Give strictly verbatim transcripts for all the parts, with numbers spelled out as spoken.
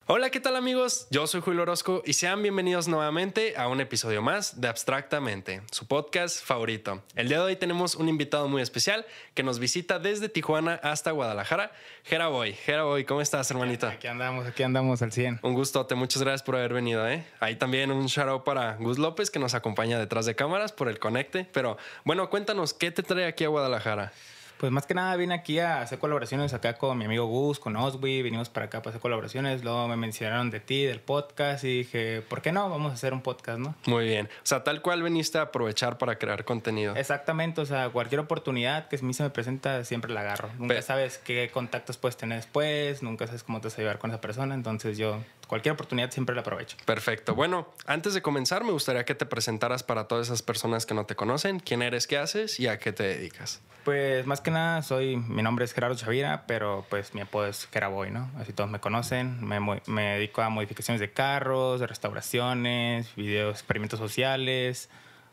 Hola, ¿qué tal amigos? Yo soy Julio Orozco y sean bienvenidos nuevamente a un episodio más de Abstractamente, su podcast favorito. El día de hoy tenemos un invitado muy especial que nos visita desde Tijuana hasta Guadalajara, Gera Boy. Gera Boy, ¿cómo estás, hermanito? Aquí andamos, aquí andamos al cien. Un gustote, muchas gracias por haber venido, ¿eh? Ahí también un shout out para Gus López que nos acompaña detrás de cámaras por el conecte. Pero bueno, cuéntanos, ¿qué te trae aquí a Guadalajara? Pues más que nada vine aquí a hacer colaboraciones acá con mi amigo Gus, con Oswi. Vinimos para acá para hacer colaboraciones. Luego me mencionaron de ti, del podcast, y dije, ¿por qué no? Vamos a hacer un podcast, ¿no? Muy bien. O sea, tal cual veniste a aprovechar para crear contenido. Exactamente, o sea, cualquier oportunidad que a mí se me presenta, siempre la agarro. Nunca Pe- sabes qué contactos puedes tener después, nunca sabes cómo te vas a llevar con esa persona. Entonces yo, cualquier oportunidad siempre la aprovecho. Perfecto. Bueno, antes de comenzar, me gustaría que te presentaras para todas esas personas que no te conocen. ¿Quién eres, qué haces y a qué te dedicas? Pues más que nada soy, mi nombre es Gerardo Chavira, pero pues mi apodo es Geraboy, ¿no? Así todos me conocen. Me, mo- me dedico a modificaciones de carros, de restauraciones, videos, experimentos sociales.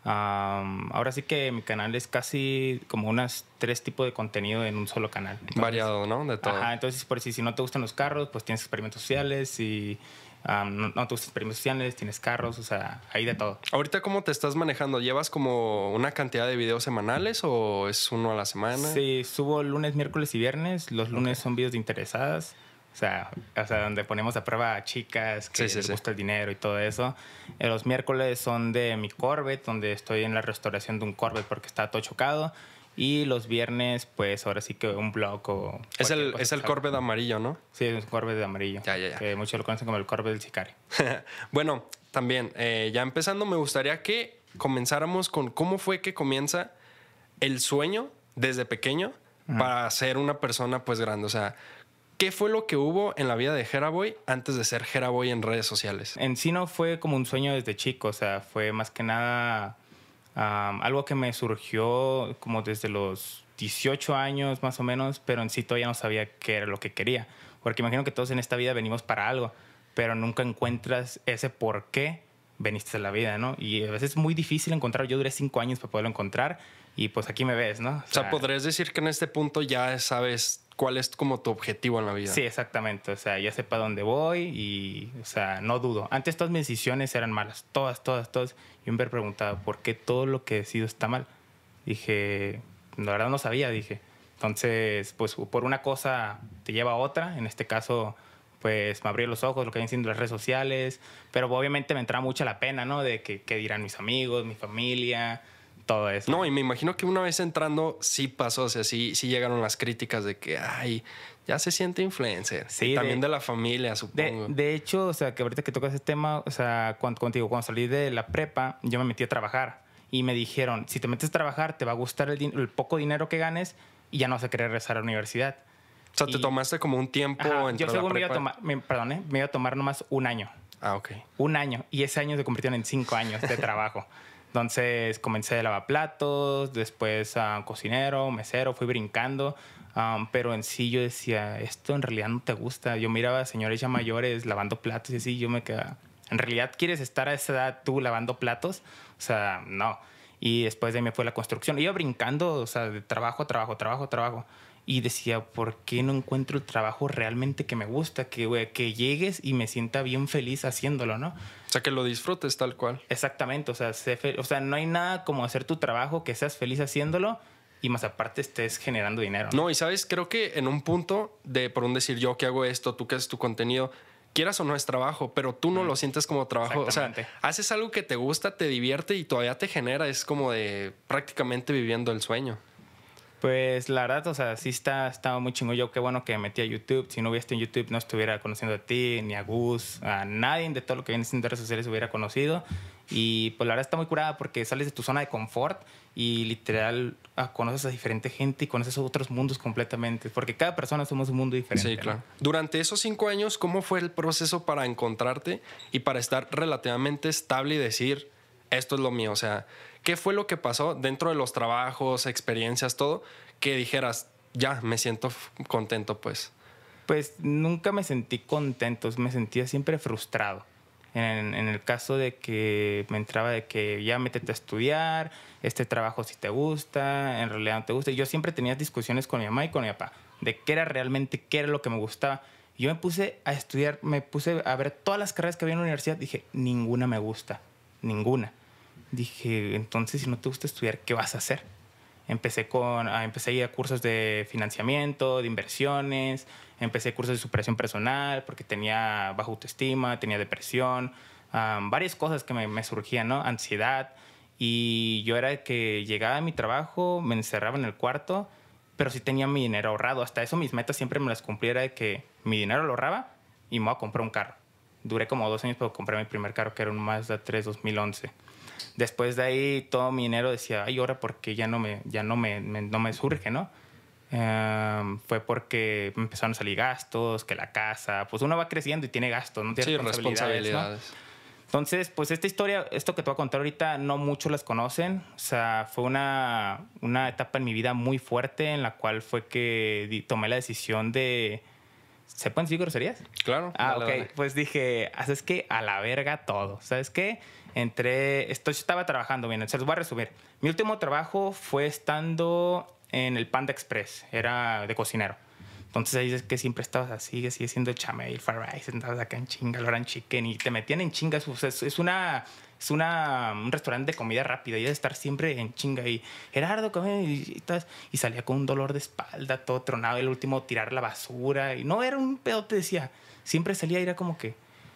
Am, ahora sí que mi canal es casi como unas tres tipos de contenido en un solo canal. Entonces, Variado, ¿no? De todo. Ajá, entonces por si, si no te gustan los carros, pues tienes experimentos sociales y am, no, no te gustan experimentos sociales, tienes carros, o sea, hay de todo. Ahorita, ¿cómo te estás manejando? ¿Llevas como una cantidad de videos semanales o es uno a la semana? Sí, subo lunes, miércoles y viernes. Los lunes son videos de interesadas. O sea, o sea, donde ponemos a prueba a chicas que Sí, sí, les sí. gusta el dinero y todo eso. Eh, los miércoles son de mi Corvette, donde estoy en la restauración de un Corvette porque está todo chocado. Y los viernes, pues ahora sí que un blog o... Es cualquier el, cosa es que el salga. Corvette amarillo, ¿no? Sí, es un Corvette de amarillo. Ya, ya, ya. Que muchos lo conocen como el Corvette del sicario. Bueno, también, eh, ya empezando, me gustaría que comenzáramos con cómo fue que comienza el sueño desde pequeño para ser una persona pues grande. O sea, ¿qué fue lo que hubo en la vida de Gera Boy antes de ser Gera Boy en redes sociales? En sí no fue como un sueño desde chico, o sea, fue más que nada um, algo que me surgió como desde los dieciocho años más o menos, pero en sí todavía no sabía qué era lo que quería. Porque imagino que todos en esta vida venimos para algo, pero nunca encuentras ese por qué veniste a la vida, ¿no? Y a veces es muy difícil encontrar. Yo duré cinco años para poderlo encontrar y pues aquí me ves, ¿no? O sea, ¿podrías decir que en este punto ya sabes cuál es como tu objetivo en la vida? Sí, exactamente. O sea, ya sé para dónde voy y, o sea, no dudo. Antes todas mis decisiones eran malas. Todas, todas, todas. Yo me preguntaba, ¿por qué todo lo que decido está mal? Dije, la verdad no sabía, dije. Entonces, pues por una cosa te lleva a otra. En este caso, pues me abrió los ojos, lo que vienen siendo las redes sociales. Pero obviamente me entraba mucha la pena, ¿no? De que, qué dirán mis amigos, mi familia, todo eso. No, y me imagino que una vez entrando sí pasó, o sea, sí, sí llegaron las críticas de que, ay, ya se siente influencer. Sí, Y también de- de, la familia, De, supongo. de hecho, o sea, que ahorita que tocas ese tema, o sea, cuando, contigo, cuando salí de la prepa, yo me metí a trabajar y me dijeron, si te metes a trabajar, te va a gustar el, din- el poco dinero que ganes y ya no vas a querer regresar a la universidad. O sea, te y- tomaste como un tiempo Ajá, entre yo la según me iba a prepa- tomar, me, perdón, ¿eh? me iba a tomar nomás un año. Ah, ok. Un año. Y ese año se convirtieron en cinco años de trabajo. Entonces comencé de lavaplatos, después a cocinero, mesero, fui brincando. Um, pero en sí yo decía, esto en realidad no te gusta. Yo miraba a señores ya mayores lavando platos y así, yo me quedaba, ¿en realidad quieres estar a esa edad tú lavando platos? O sea, no. Y después de ahí me fue la construcción. Iba brincando, o sea, de trabajo, trabajo, trabajo, trabajo. Y decía, ¿por qué no encuentro el trabajo realmente que me gusta? Que, güey, que llegues y me sienta bien feliz haciéndolo, ¿no? O sea, que lo disfrutes tal cual. Exactamente, o sea, sé fe- o sea, no hay nada como hacer tu trabajo, que seas feliz haciéndolo y más aparte estés generando dinero. No, y sabes, creo que en un punto de, por un decir, yo que hago esto, tú que haces tu contenido, quieras o no es trabajo, pero tú no lo sientes como trabajo. O sea, Exactamente. haces algo que te gusta, te divierte y todavía te genera. Es como de prácticamente viviendo el sueño. Pues la verdad, o sea, sí está, está muy chingo. Yo qué bueno que me metí a YouTube. Si no hubiera en YouTube, no estuviera conociendo a ti, ni a Gus, a nadie de todo lo que viene en redes sociales hubiera conocido. Y pues la verdad está muy curada porque sales de tu zona de confort y literal ah, conoces a diferente gente y conoces otros mundos completamente. Porque cada persona somos un mundo diferente. Sí, claro. ¿no? Durante esos cinco años, ¿cómo fue el proceso para encontrarte y para estar relativamente estable y decir, esto es lo mío? O sea, ¿qué fue lo que pasó dentro de los trabajos, experiencias, todo, que dijeras, ya, me siento f- contento, pues? Pues nunca me sentí contento, me sentía siempre frustrado. En, en el caso de que me entraba de que ya métete a estudiar, este trabajo si te gusta, en realidad no te gusta. Y yo siempre tenía discusiones con mi mamá y con mi papá de qué era realmente, qué era lo que me gustaba. Yo me puse a estudiar, me puse a ver todas las carreras que había en la universidad. Dije, ninguna me gusta, ninguna. Dije, entonces, si no te gusta estudiar, ¿qué vas a hacer? Empecé, con, a, empecé a ir a cursos de financiamiento, de inversiones. Empecé cursos de superación personal porque tenía baja autoestima, tenía depresión. Um, varias cosas que me, me surgían, ¿no? Ansiedad. Y yo era el que llegaba a mi trabajo, me encerraba en el cuarto, pero sí tenía mi dinero ahorrado. Hasta eso mis metas siempre me las cumplía, era de que mi dinero lo ahorraba y me iba a comprar un carro. Duré como dos años para comprar mi primer carro, que era un Mazda tres dos mil once. Después de ahí todo mi dinero decía, ay, ahora porque ya no me, ya no me, me, no me surge, ¿no? Um, fue porque me empezaron a salir gastos, que la casa, pues uno va creciendo y tiene gastos, no tiene sí, responsabilidades, responsabilidades. ¿no? Entonces, pues esta historia, esto que te voy a contar ahorita, no muchos las conocen. O sea, fue una, una etapa en mi vida muy fuerte en la cual fue que di, tomé la decisión de... ¿Se pueden decir groserías? Claro. Ah, dale, ok. dale. Pues dije, ¿sabes qué? A la verga todo. ¿Sabes qué? Entré... Esto, yo estaba trabajando bien. Se los voy a resumir. Mi último trabajo fue estando en el Panda Express. Era de cocinero. Entonces ahí es que siempre estabas así, sigue siendo chamel, far rice, estabas acá en chinga, el orange chicken y te metían en chingas. O sea, es, es una es una un restaurante de comida rápida y de estar siempre en chinga y Gerardo come y, y, y salía con un dolor de espalda, todo tronado, y el último tirar la basura y no era un pedo, te decía, siempre salía y era como que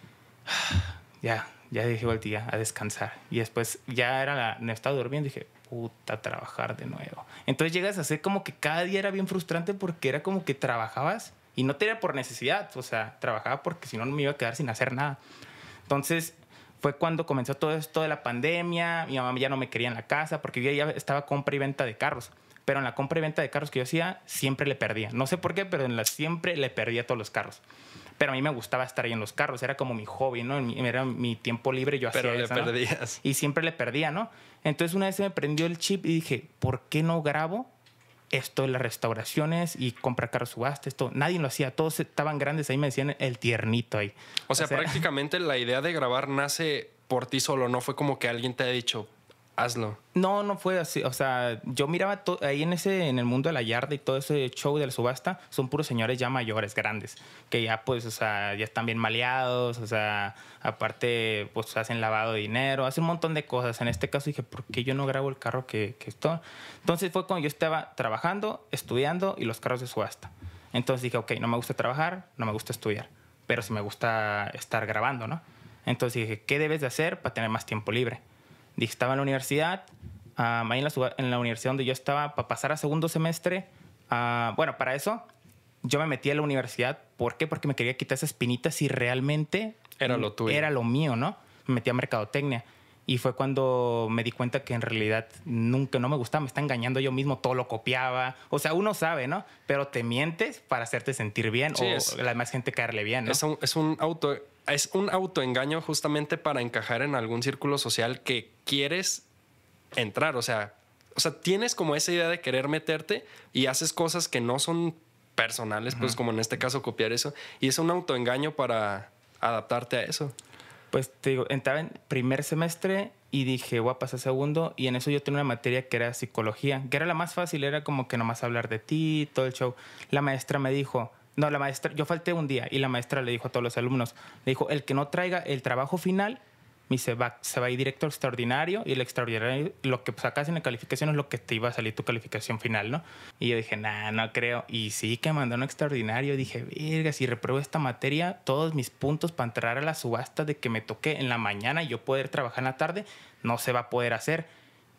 ya, ya dije el día a descansar y después ya era la, me estaba durmiendo y dije, puta, trabajar de nuevo. Entonces llegas a ser como que cada día era bien frustrante porque era como que trabajabas y no te era por necesidad, o sea, trabajaba porque si no me iba a quedar sin hacer nada. Entonces fue cuando comenzó todo esto de la pandemia, mi mamá ya no me quería en la casa porque yo ya estaba compra y venta de carros, pero en la compra y venta de carros que yo hacía siempre le perdía. No sé por qué, pero en la siempre le perdía todos los carros. Pero a mí me gustaba estar ahí en los carros, era como mi hobby, ¿no? Era mi tiempo libre, yo pero hacía le eso, perdías. ¿no? Y siempre le perdía, ¿no? Entonces una vez se me prendió el chip y dije, ¿por qué no grabo esto de las restauraciones y comprar carros subasta? Esto, nadie lo hacía, todos estaban grandes, ahí me decían el tiernito ahí. O sea, o sea prácticamente la idea de grabar nace por ti solo, no fue como que alguien te ha dicho, hazlo. No, no fue así. O sea, yo miraba to- ahí en ese, en el mundo de la yarda y todo ese show de la subasta, son puros señores ya mayores, grandes, que ya pues, o sea, ya están bien maleados, o sea, aparte, pues hacen lavado de dinero, hacen un montón de cosas. En este caso dije, ¿por qué yo no grabo el carro que, que esto? Entonces fue cuando yo estaba trabajando, estudiando y los carros de subasta. Entonces dije, ok, no me gusta trabajar, no me gusta estudiar, pero sí me gusta estar grabando, ¿no? Entonces dije, ¿qué debes de hacer para tener más tiempo libre? Dije, estaba en la universidad, um, ahí en la, en la universidad donde yo estaba, para pasar a segundo semestre. Uh, bueno, para eso yo me metí a la universidad. ¿Por qué? Porque me quería quitar esa espinita si realmente era lo tuyo. Era lo mío, ¿no? Me metí a mercadotecnia. Y fue cuando me di cuenta que en realidad nunca, no me gustaba, me está engañando yo mismo, todo lo copiaba. O sea, uno sabe, ¿no? Pero te mientes para hacerte sentir bien sí, o es, la demás gente caerle bien, ¿no? Es un, es un auto... Es un autoengaño justamente para encajar en algún círculo social que quieres entrar. O sea, o sea, tienes como esa idea de querer meterte y haces cosas que no son personales, uh-huh. pues como en este caso copiar eso. Y es un autoengaño para adaptarte a eso. Pues te digo, entraba en primer semestre y dije, voy a pasar segundo. Y en eso yo tenía una materia que era psicología, que era la más fácil, era como que nomás hablar de ti, todo el show. La maestra me dijo... No, la maestra, yo falté un día y la maestra le dijo a todos los alumnos, le dijo, el que no traiga el trabajo final, me dice, va, se va a ir directo al extraordinario y el extraordinario, lo que sacas en la calificación es lo que te iba a salir tu calificación final, ¿no? Y yo dije, nah, no creo. Y sí que me mandaron extraordinario. Y dije, verga, si repruebo esta materia, todos mis puntos para entrar a la subasta de que me toque en la mañana y yo poder trabajar en la tarde, no se va a poder hacer.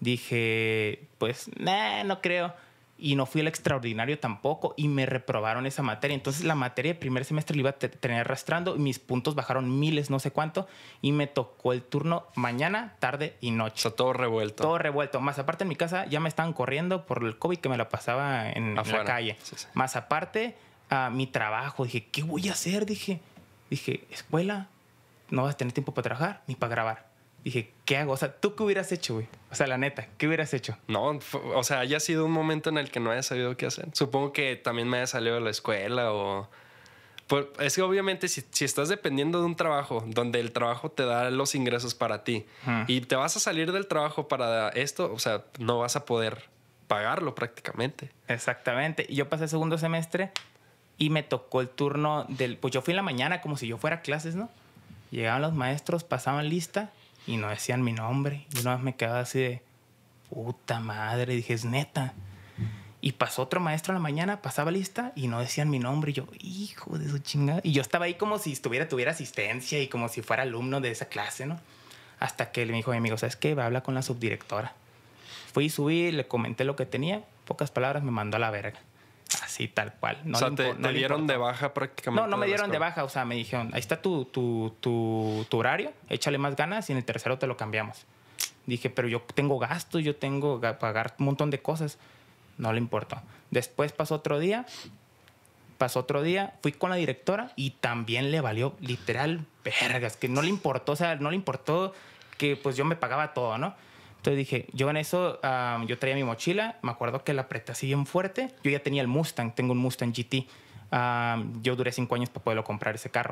Dije, pues, nah, no creo. Y no fui al extraordinario tampoco y me reprobaron esa materia. Entonces la materia de primer semestre la iba a tener arrastrando y mis puntos bajaron miles, no sé cuánto, y me tocó el turno mañana, tarde y noche. O sea, todo revuelto. Todo revuelto. Más aparte en mi casa ya me estaban corriendo por el COVID que me la pasaba en, en la calle. Sí, sí. Más aparte uh, mi trabajo. Dije, ¿qué voy a hacer? Dije, dije, escuela, no vas a tener tiempo para trabajar ni para grabar. Dije, ¿qué hago? O sea, ¿tú qué hubieras hecho, güey? O sea, la neta, ¿qué hubieras hecho? No, o sea, haya sido un momento en el que no haya sabido qué hacer. Supongo que también me haya salido de la escuela o... Pues es que obviamente si, si estás dependiendo de un trabajo donde el trabajo te da los ingresos para ti uh-huh. y te vas a salir del trabajo para esto, o sea, no vas a poder pagarlo prácticamente. Exactamente. Y yo pasé segundo semestre Y me tocó el turno del... Pues yo fui en la mañana como si yo fuera a clases, ¿no? Llegaban los maestros, pasaban lista y no decían mi nombre. Y una vez me quedaba así de... Puta madre. Dije, es neta. Y pasó otro maestro en la mañana, pasaba lista y no decían mi nombre. Y yo, hijo de su chingada. Y yo estaba ahí como si estuviera, tuviera asistencia y como si fuera alumno de esa clase, ¿no? Hasta que le dijo a mi amigo, ¿sabes qué? Va a hablar con la subdirectora. Fui, subí, le comenté lo que tenía. Pocas palabras, me mandó a la verga. Así, tal cual. No o sea, le te, impo- te no le dieron importó. de baja prácticamente. No, no me de la dieron de escuela. baja. O sea, me dijeron, ahí está tu, tu, tu, tu horario, échale más ganas y en el tercero te lo cambiamos. Dije, pero yo tengo gastos, yo tengo que pagar un montón de cosas. No le importó. Después pasó otro día, pasó otro día, fui con la directora y también le valió literal vergas, que no le importó, o sea, no le importó que pues yo me pagaba todo, ¿no? Entonces dije, yo en eso, um, yo traía mi mochila, me acuerdo que la apreté así bien fuerte, yo ya tenía el Mustang, tengo un Mustang G T, um, yo duré cinco años para poderlo comprar ese carro.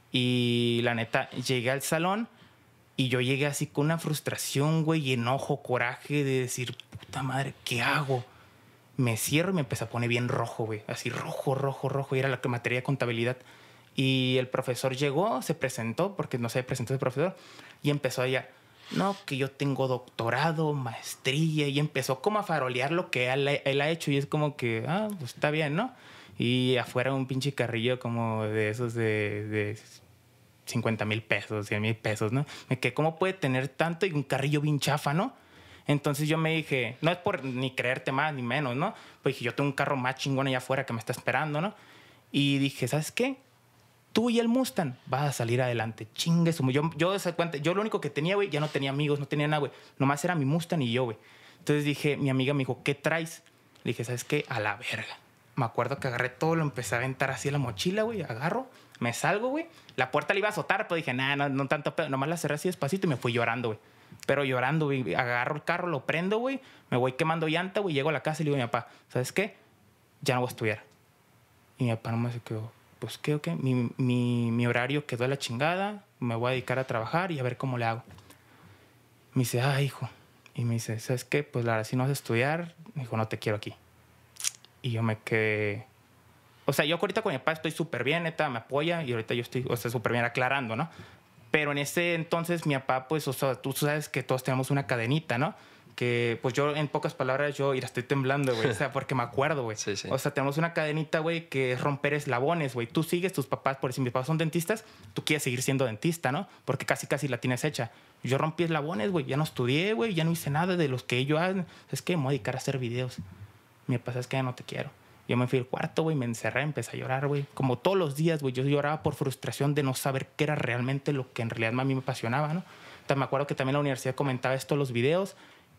Y la neta, llegué al salón y yo llegué así con una frustración, güey, y enojo, coraje de decir, puta madre, ¿qué hago? Me cierro y me empecé a poner bien rojo, güey. Así rojo, rojo, rojo. Y era la materia de contabilidad. Y el profesor llegó, se presentó, porque no se presentó el profesor, y empezó allá, no, que yo tengo doctorado, maestría, y empezó como a farolear lo que él, él ha hecho. Y es como que, ah, pues está bien, ¿no? Y afuera un pinche carrillo como de esos de, de cincuenta mil pesos, cien mil pesos, ¿no? Me quedé, ¿cómo puede tener tanto y un carrillo bien chafa, ¿no? Entonces yo me dije, no es por ni creerte más ni menos, ¿no? Pues dije, yo tengo un carro más chingón allá afuera que me está esperando, ¿no? Y dije, ¿sabes qué? Tú y el Mustang vas a salir adelante. Chingue su... Yo, yo, yo lo único que tenía, güey, ya no tenía amigos, no tenía nada, güey. Nomás era mi Mustang y yo, güey. Entonces dije, mi amiga me dijo, ¿qué traes? Le dije, ¿sabes qué? A la verga. Me acuerdo que agarré todo, lo empecé a aventar así en la mochila, güey. Agarro, me salgo, güey. La puerta la iba a azotar, pero dije, nah, no, no tanto pedo. Nomás la cerré así despacito y me fui llorando, güey. Pero llorando, güey. Agarro el carro, lo prendo, güey. Me voy quemando llanta, güey. Llego a la casa y le digo a mi papá, ¿sabes qué? Ya no voy a estudiar. Y mi papá nomás se quedó, pues, ¿qué o qué? Mi, mi, mi horario quedó a la chingada. Me voy a dedicar a trabajar y a ver cómo le hago. Me dice, ah, hijo. Y me dice, ¿sabes qué? Pues la verdad, si no vas a estudiar, me dijo, no te quiero aquí. Y yo me quedé... O sea, yo ahorita con mi papá estoy súper bien, neta, me apoya. Y ahorita yo estoy, o sea, súper bien aclarando, ¿no? Pero en ese entonces mi papá, pues, o sea, tú sabes que todos tenemos una cadenita, ¿no? Que, pues, yo, en pocas palabras, yo, mira, estoy temblando, güey. O sea, porque me acuerdo, güey. Sí, sí. O sea, tenemos una cadenita, güey, que es romper eslabones, güey. Tú sigues, tus papás, por si mis papás son dentistas, tú quieres seguir siendo dentista, ¿no? Porque casi, casi la tienes hecha. Yo rompí eslabones, güey. Ya no estudié, güey. Ya no hice nada de los que ellos hacen. Es que me voy a dedicar a hacer videos. Mi papá, es que ya no te quiero. Yo me fui al cuarto, güey, me encerré, empecé a llorar, güey. Como todos los días, güey, yo lloraba por frustración de no saber qué era realmente lo que en realidad a mí me apasionaba, ¿no? Entonces, me acuerdo que también la universidad comentaba esto en los videos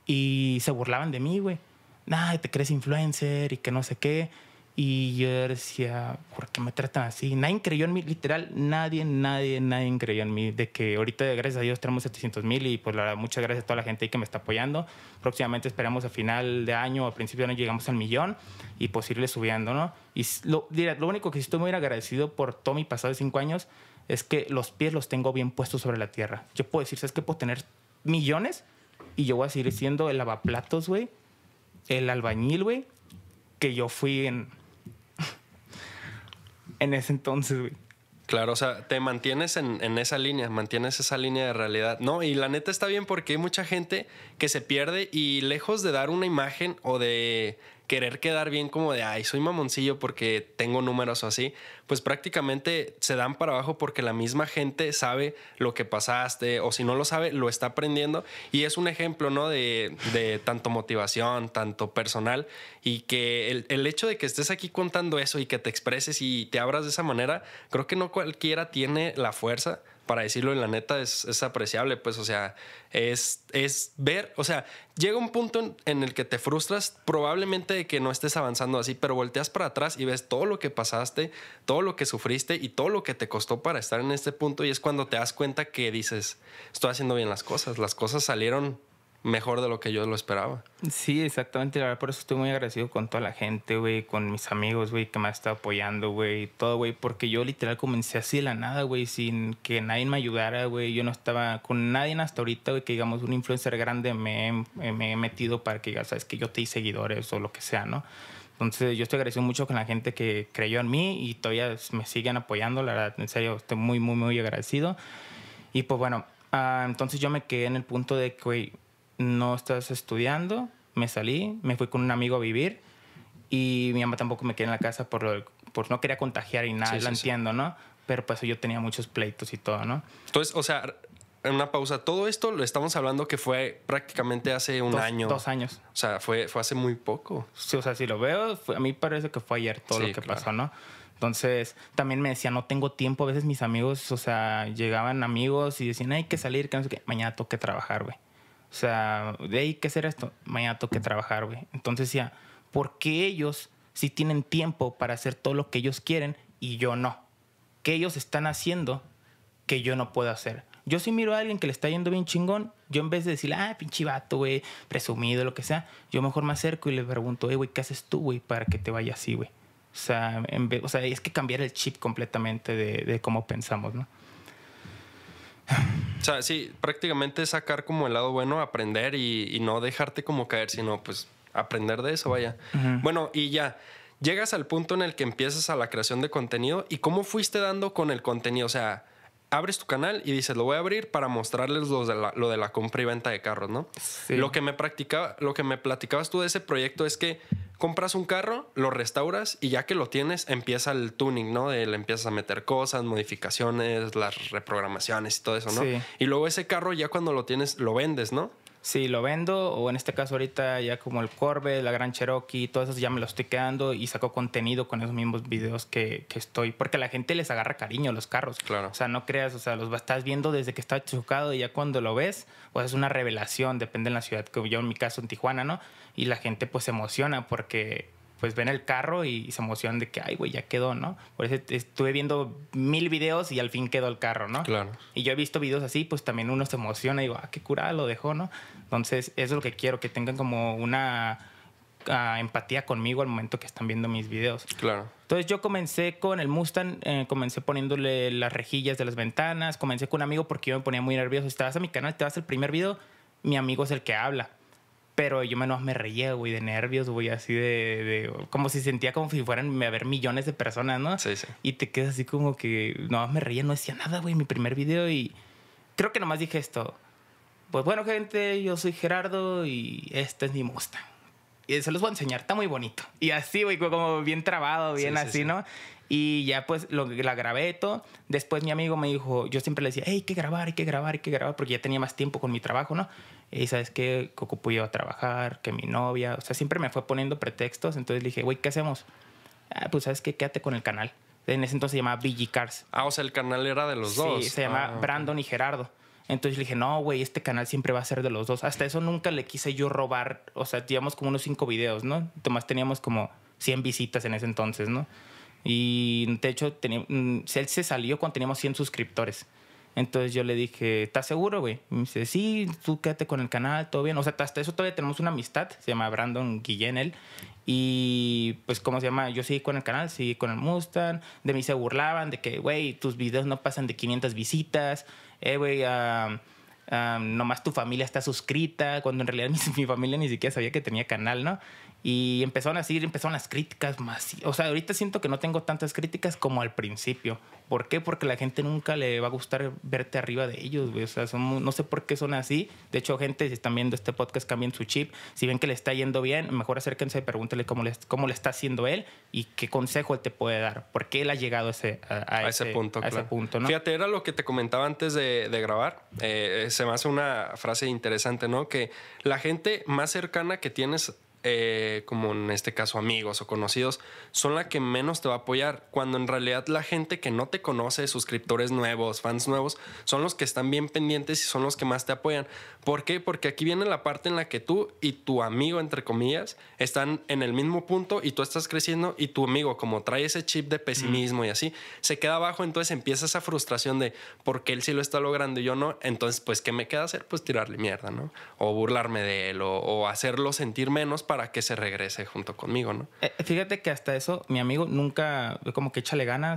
y se burlaban de mí, güey. Nah, te crees influencer y que no sé qué. Y yo decía, ¿por qué me tratan así? Nadie creyó en mí, literal, nadie, nadie, nadie creyó en mí. De que ahorita, gracias a Dios, tenemos setecientos mil y pues la verdad, muchas gracias a toda la gente ahí que me está apoyando. Próximamente esperamos a final de año o a principio de año llegamos al millón y pues irle subiendo, ¿no? Y lo, dirá, lo único que sí estoy muy agradecido por todo mi pasado de cinco años es que los pies los tengo bien puestos sobre la tierra. Yo puedo decir, ¿sabes qué? Puedo tener millones y yo voy a seguir siendo el lavaplatos, güey, el albañil, güey, que yo fui en... en ese entonces, güey. Claro, o sea, te mantienes en, en esa línea, mantienes esa línea de realidad. No, y la neta está bien porque hay mucha gente que se pierde y lejos de dar una imagen o de querer quedar bien como de, ay, soy mamoncillo porque tengo números o así, pues prácticamente se dan para abajo porque la misma gente sabe lo que pasaste o si no lo sabe, lo está aprendiendo y es un ejemplo, ¿no? De, de tanto motivación, tanto personal y que el, el hecho de que estés aquí contando eso y que te expreses y te abras de esa manera, creo que no cualquiera tiene la fuerza para decirlo y la neta es, es apreciable, pues, o sea, es, es ver, o sea, llega un punto en, en el que te frustras probablemente de que no estés avanzando así, pero volteas para atrás y ves todo lo que pasaste, todo lo que sufriste y todo lo que te costó para estar en este punto y es cuando te das cuenta que dices, estoy haciendo bien las cosas, las cosas salieron mejor de lo que yo lo esperaba. Sí, exactamente. La verdad, por eso estoy muy agradecido con toda la gente, güey, con mis amigos, güey, que me han estado apoyando, güey, todo, güey, porque yo literal comencé así de la nada, güey, sin que nadie me ayudara, güey. Yo no estaba con nadie hasta ahorita, güey, que digamos un influencer grande me, me he metido para que, ya sabes, que yo te di seguidores o lo que sea, ¿no? Entonces yo estoy agradecido mucho con la gente que creyó en mí y todavía me siguen apoyando. La verdad, en serio, estoy muy, muy, muy agradecido. Y pues bueno, uh, entonces yo me quedé en el punto de que, güey, no estás estudiando. Me salí, me fui con un amigo a vivir y mi mamá tampoco me quedé en la casa por, lo, por no quería contagiar y nada, sí, lo sí, entiendo, sí. ¿no? Pero pues yo tenía muchos pleitos y todo, ¿no? Entonces, o sea, en una pausa, todo esto lo estamos hablando que fue prácticamente hace un dos, año. Dos años. O sea, fue, fue hace muy poco. Sí, o sea, si lo veo, fue, a mí parece que fue ayer todo sí, lo que claro. pasó, ¿no? Entonces, también me decía, no tengo tiempo. A veces mis amigos, o sea, llegaban amigos y decían, hay que salir, que no sé qué. Mañana tengo que trabajar, güey. O sea, de ahí que hacer esto. Mañana tengo que trabajar, güey. Entonces decía, ¿por qué ellos sí tienen tiempo para hacer todo lo que ellos quieren y yo no? ¿Qué ellos están haciendo que yo no puedo hacer? Yo sí miro a alguien que le está yendo bien chingón, yo en vez de decirle, ah, pinche vato, güey, presumido, lo que sea, yo mejor me acerco y le pregunto, hey, güey, ¿qué haces tú, güey, para que te vaya así, güey? O sea, en vez, o sea, es que cambiar el chip completamente de, de cómo pensamos, ¿no? O sea, sí, prácticamente sacar como el lado bueno, aprender y, y no dejarte como caer, sino pues aprender de eso, vaya. Uh-huh. Bueno, y ya, llegas al punto en el que empiezas a la creación de contenido. ¿Y cómo fuiste dando con el contenido? O sea, abres tu canal y dices, lo voy a abrir para mostrarles lo de la, lo de la compra y venta de carros, ¿no? Sí. Lo que me practicaba, lo que me platicabas tú de ese proyecto es que compras un carro, lo restauras y ya que lo tienes, empieza el tuning, ¿no? De, le empiezas a meter cosas, modificaciones, las reprogramaciones y todo eso, ¿no? Sí. Y luego ese carro ya cuando lo tienes, lo vendes, ¿no? Sí, lo vendo, o en este caso ahorita ya como el Corvette, la Gran Cherokee, todo eso ya me lo estoy quedando y saco contenido con esos mismos videos que, que estoy, porque a la gente les agarra cariño a los carros. Claro. O sea, no creas, o sea, los estás viendo desde que está chocado y ya cuando lo ves, pues es una revelación, depende de la ciudad, como yo en mi caso en Tijuana, ¿no? Y la gente pues se emociona porque pues ven el carro y se emocionan de que, ay, güey, ya quedó, ¿no? Por eso estuve viendo mil videos y al fin quedó el carro, ¿no? Claro. Y yo he visto videos así, pues también uno se emociona y digo, ah, qué curada lo dejó, ¿no? Entonces, eso es lo que quiero, que tengan como una uh, empatía conmigo al momento que están viendo mis videos. Claro. Entonces, yo comencé con el Mustang, eh, comencé poniéndole las rejillas de las ventanas, comencé con un amigo porque yo me ponía muy nervioso. Si te vas a mi canal, te vas al primer video, mi amigo es el que habla. Pero yo menos me reía, güey, de nervios, güey, así de, de... Como si sentía como si fueran a ver millones de personas, ¿no? Sí, sí. Y te quedas así como que... No, me reía, no decía nada, güey, mi primer video. Y creo que nomás dije esto. Pues bueno, gente, yo soy Gerardo y este es mi Mustang. Y se los voy a enseñar, está muy bonito. Y así, güey, como bien trabado, bien sí, así, sí, sí. ¿no? Y ya pues lo, la grabé todo. Después mi amigo me dijo, yo siempre le decía, hey, hay que grabar, hay que grabar, hay que grabar, porque ya tenía más tiempo con mi trabajo, ¿no? Y sabes qué, que ocupo yo a trabajar, que mi novia, o sea, siempre me fue poniendo pretextos. Entonces le dije, güey, ¿qué hacemos? Ah, pues sabes qué, quédate con el canal. En ese entonces se llamaba B G Cars. Ah, o sea, el canal era de los sí, dos. Sí, se llama ah, Brandon okay. y Gerardo. Entonces le dije, no, güey, este canal siempre va a ser de los dos. Hasta eso nunca le quise yo robar. O sea, teníamos como unos cinco videos, ¿no? Tomás teníamos como cien visitas en ese entonces, ¿no? Y de hecho, tenía, él se salió cuando teníamos cien suscriptores. Entonces yo le dije, ¿estás seguro, güey? Y me dice, sí, tú quédate con el canal, todo bien. O sea, hasta eso todavía tenemos una amistad. Se llama Brandon Guillén, él. Y pues, ¿cómo se llama? Yo seguí con el canal, seguí con el Mustang. De mí se burlaban de que, güey, tus videos no pasan de quinientas visitas. Eh, güey, uh, uh, nomás tu familia está suscrita. Cuando en realidad mi, mi familia ni siquiera sabía que tenía canal, ¿no? Y empezaron a seguir, empezaron las críticas más. O sea, ahorita siento que no tengo tantas críticas como al principio. ¿Por qué? Porque a la gente nunca le va a gustar verte arriba de ellos, güey. O sea, son, no sé por qué son así. De hecho, gente, si están viendo este podcast, cambien su chip. Si ven que le está yendo bien, mejor acérquense y pregúntale cómo le, cómo le está haciendo él y qué consejo él te puede dar. ¿Por qué él ha llegado a ese, a, a a ese, ese punto? A claro. ese punto, ¿no? Fíjate, era lo que te comentaba antes de, de grabar. Eh, se me hace una frase interesante, ¿no? Que la gente más cercana que tienes... Eh, como en este caso amigos o conocidos, son la que menos te va a apoyar, cuando en realidad la gente que no te conoce, suscriptores nuevos, fans nuevos, son los que están bien pendientes y son los que más te apoyan. ¿Por qué? Porque aquí viene la parte en la que tú y tu amigo, entre comillas, están en el mismo punto y tú estás creciendo y tu amigo, como trae ese chip de pesimismo mm. y así, se queda abajo. Entonces empieza esa frustración de ¿por qué él sí lo está logrando y yo no? Entonces, pues, ¿qué me queda hacer? Pues tirarle mierda, ¿no? O burlarme de él o, o hacerlo sentir menos para que se regrese junto conmigo, ¿no? Eh, fíjate que hasta eso, mi amigo nunca, como que échale ganas,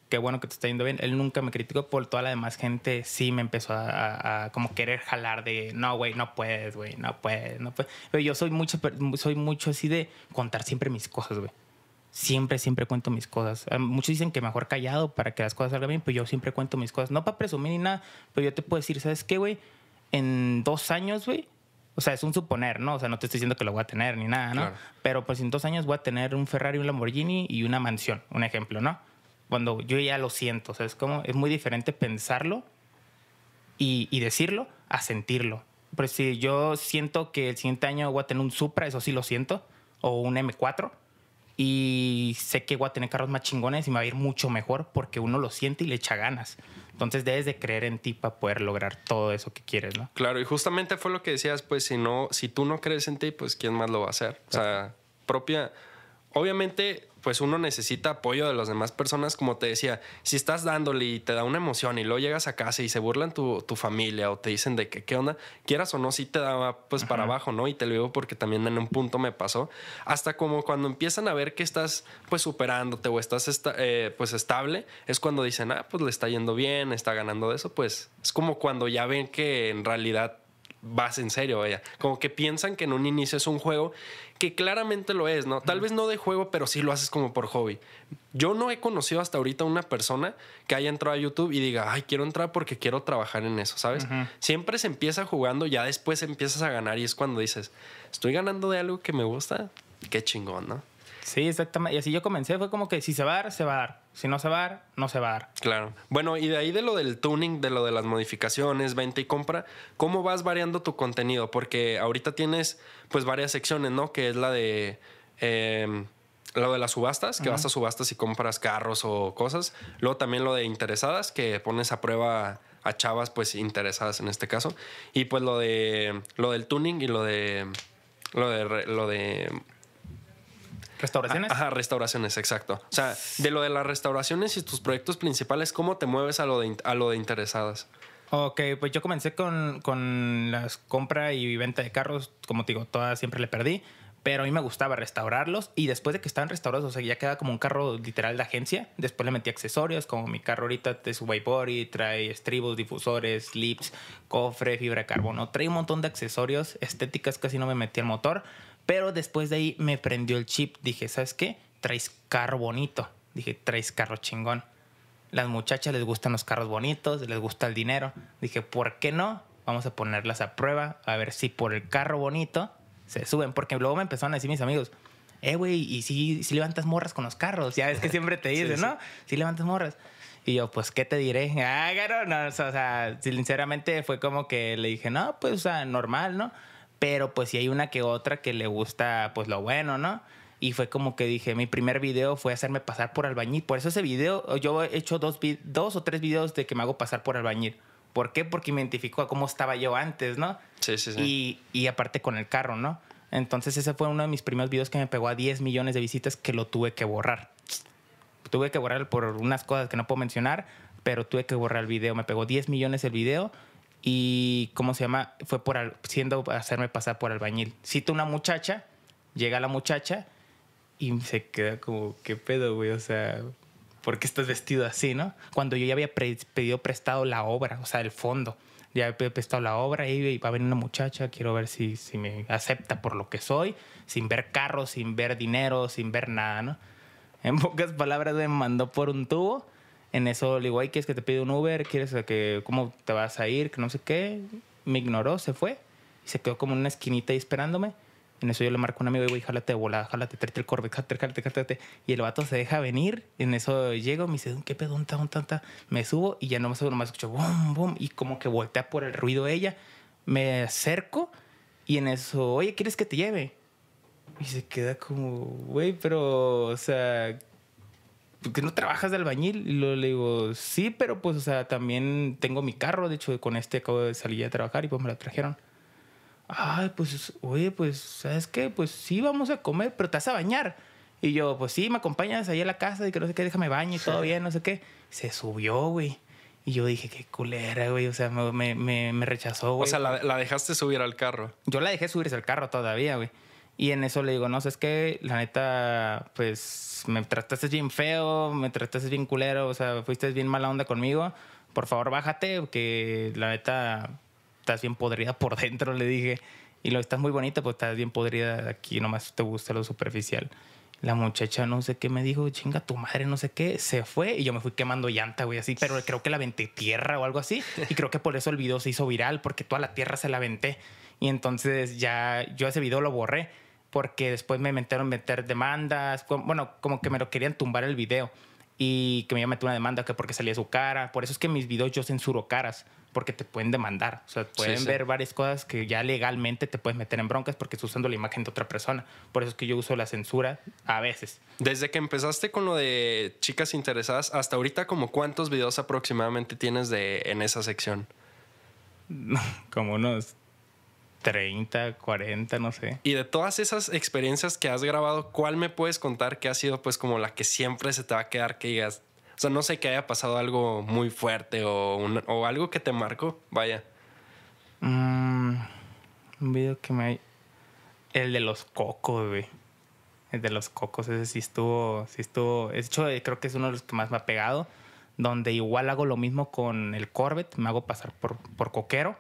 qué bueno que te está yendo bien. Él nunca me criticó, por toda la demás gente sí me empezó a, a, a como querer jalar de, no, güey, no puedes, güey, no puedes, no puedes. Pero yo soy mucho, soy mucho así de contar siempre mis cosas, güey. Siempre, siempre cuento mis cosas. Muchos dicen que mejor callado para que las cosas salgan bien, pero yo siempre cuento mis cosas. No para presumir ni nada, pero yo te puedo decir, ¿sabes qué, güey? En dos años, güey, o sea, es un suponer, ¿no? O sea, no te estoy diciendo que lo voy a tener ni nada, ¿no? Claro. Pero pues en dos años voy a tener un Ferrari, un Lamborghini y una mansión, un ejemplo, ¿no? Cuando yo ya lo siento, o sea, es como, es muy diferente pensarlo y, y decirlo a sentirlo. Pues si yo siento que el siguiente año voy a tener un Supra, eso sí lo siento, o un eme cuatro, y sé que voy a tener carros más chingones y me va a ir mucho mejor porque uno lo siente y le echa ganas. Entonces debes de creer en ti para poder lograr todo eso que quieres, ¿no? Claro, y justamente fue lo que decías, pues si no, si tú no crees en ti, pues ¿quién más lo va a hacer? O sea, propia... Obviamente, pues uno necesita apoyo de las demás personas, como te decía. Si estás dándole y te da una emoción y luego llegas a casa y se burlan tu, tu familia o te dicen de que qué onda, quieras o no, sí te da pues para uh-huh. abajo, ¿no? Y te lo digo porque también en un punto me pasó. Hasta como cuando empiezan a ver que estás pues superándote o estás esta, eh, pues estable, es cuando dicen, ah, pues le está yendo bien, está ganando de eso. Pues es como cuando ya ven que en realidad vas en serio, vaya. Como que piensan que en un inicio es un juego que claramente lo es, ¿no? Tal vez no de juego, pero sí lo haces como por hobby. Yo no he conocido hasta ahorita una persona que haya entrado a YouTube y diga, ay, quiero entrar porque quiero trabajar en eso, ¿sabes? Uh-huh. Siempre se empieza jugando, ya después empiezas a ganar y es cuando dices, estoy ganando de algo que me gusta, qué chingón, ¿no? Sí, exactamente. Y así yo comencé, fue como que si se va a dar, se va a dar. Si no se va a dar, no se va a dar. Claro. Bueno, y de ahí de lo del tuning, de lo de las modificaciones, venta y compra, ¿cómo vas variando tu contenido? Porque ahorita tienes pues varias secciones, ¿no? Que es la de eh, lo de las subastas, que uh-huh. vas a subastas y compras carros o cosas. Luego también lo de interesadas, que pones a prueba a chavas pues interesadas en este caso. Y pues lo de lo del tuning y lo de lo de lo de ¿Restauraciones? Ajá, restauraciones, exacto. O sea, de lo de las restauraciones y tus proyectos principales, ¿cómo te mueves a lo de, a lo de interesadas? Ok, pues yo comencé con, con las compra y venta de carros. Como te digo, todas siempre le perdí. Pero a mí me gustaba restaurarlos. Y después de que estaban restaurados, o sea, ya queda como un carro literal de agencia. Después le metí accesorios, como mi carro ahorita es white body, trae estribos, difusores, lips, cofre, fibra de carbono. Trae un montón de accesorios. Estéticas casi no me metí al motor. Pero después de ahí me prendió el chip. Dije, ¿sabes qué? Traes carro bonito. Dije, traes carro chingón. Las muchachas les gustan los carros bonitos, les gusta el dinero. Dije, ¿por qué no? Vamos a ponerlas a prueba, a ver si por el carro bonito se suben. Porque luego me empezaron a decir mis amigos, eh, güey, ¿y si, si levantas morras con los carros? Ya es que siempre te dicen, sí, ¿no? Sí. Si levantas morras. Y yo, pues, ¿qué te diré? Ah, no, no, o sea, sinceramente fue como que le dije, no, pues, o sea, normal, ¿no? Pero pues sí hay una que otra que le gusta pues lo bueno, ¿no? Y fue como que dije, mi primer video fue hacerme pasar por albañil. Por eso ese video, yo he hecho dos, dos o tres videos de que me hago pasar por albañil. ¿Por qué? Porque me identificó a cómo estaba yo antes, ¿no? Sí, sí, sí. Y, y aparte con el carro, ¿no? Entonces ese fue uno de mis primeros videos que me pegó a diez millones de visitas que lo tuve que borrar. Tuve que borrar por unas cosas que no puedo mencionar, pero tuve que borrar el video. Me pegó diez millones el video. Y, ¿cómo se llama? Fue por al, siendo hacerme pasar por albañil. Cito una muchacha, llega la muchacha y se queda como, ¿qué pedo, güey? O sea, ¿por qué estás vestido así, no? Cuando yo ya había pre pedido prestado la obra, o sea, el fondo. Ya había prestado la obra y va a venir una muchacha, quiero ver si, si me acepta por lo que soy, sin ver carros, sin ver dinero, sin ver nada, ¿no? En pocas palabras me mandó por un tubo. En eso le digo, ay, ¿quieres que te pida un Uber? ¿Quieres que cómo te vas a ir? Que no sé qué. Me ignoró, se fue. Y se quedó como en una esquinita ahí esperándome. En eso yo le marco a un amigo y güey, jálate de volada, jálate, tráete el Corvette, jálate, jálate, jálate. Y el vato se deja venir. En eso llego, me dice, ¿qué pedo? ¿Dónde está? ¿Dónde Me subo y ya no me subo, nomás escucho boom, boom. Y como que voltea por el ruido ella. Me acerco y en eso, oye, ¿quieres que te lleve? Y se queda como, güey, pero, o sea, ¿por qué no trabajas de albañil? Y luego le digo, sí, pero pues, o sea, también tengo mi carro. De hecho, con este acabo de salir a trabajar y pues me lo trajeron. Ay, pues, oye, pues, ¿sabes qué? Pues sí, vamos a comer, pero te vas a bañar. Y yo, pues sí, me acompañas ahí a la casa y que no sé qué, déjame baño y todo bien, no sé qué. Se subió, güey. Y yo dije, qué culera, güey. O sea, me, me, me rechazó, güey. O sea, la, la dejaste subir al carro. Yo la dejé subirse al carro todavía, güey. Y en eso le digo, no, es que la neta, pues me trataste bien feo, me trataste bien culero, o sea, fuiste bien mala onda conmigo. Por favor, bájate, que la neta estás bien podrida por dentro, le dije. Y lo estás muy bonita, pues estás bien podrida aquí, nomás te gusta lo superficial. La muchacha no sé qué me dijo, chinga tu madre, no sé qué, se fue y yo me fui quemando llanta, güey, así, pero creo que la aventé tierra o algo así. Y creo que por eso el video se hizo viral, porque toda la tierra se la aventé. Y entonces ya yo ese video lo borré, porque después me metieron a meter demandas, bueno, como que me lo querían tumbar el video y que me iba a meter una demanda que porque salía su cara. Por eso es que en mis videos yo censuro caras, porque te pueden demandar. O sea, pueden sí, sí. ver varias cosas que ya legalmente te puedes meter en broncas porque estás usando la imagen de otra persona. Por eso es que yo uso la censura a veces. Desde que empezaste con lo de chicas interesadas hasta ahorita, ¿como cuántos videos aproximadamente tienes de, en esa sección? Como unos treinta, cuarenta, no sé. Y de todas esas experiencias que has grabado, ¿cuál me puedes contar que ha sido pues como la que siempre se te va a quedar que digas, o sea, no sé, que haya pasado algo muy fuerte o, un, o algo que te marcó? Vaya. Mm, un video que me... El de los cocos, güey. El de los cocos, ese sí estuvo... Sí estuvo... De hecho, creo que es uno de los que más me ha pegado. Donde igual hago lo mismo con el Corvette. Me hago pasar por, por coquero.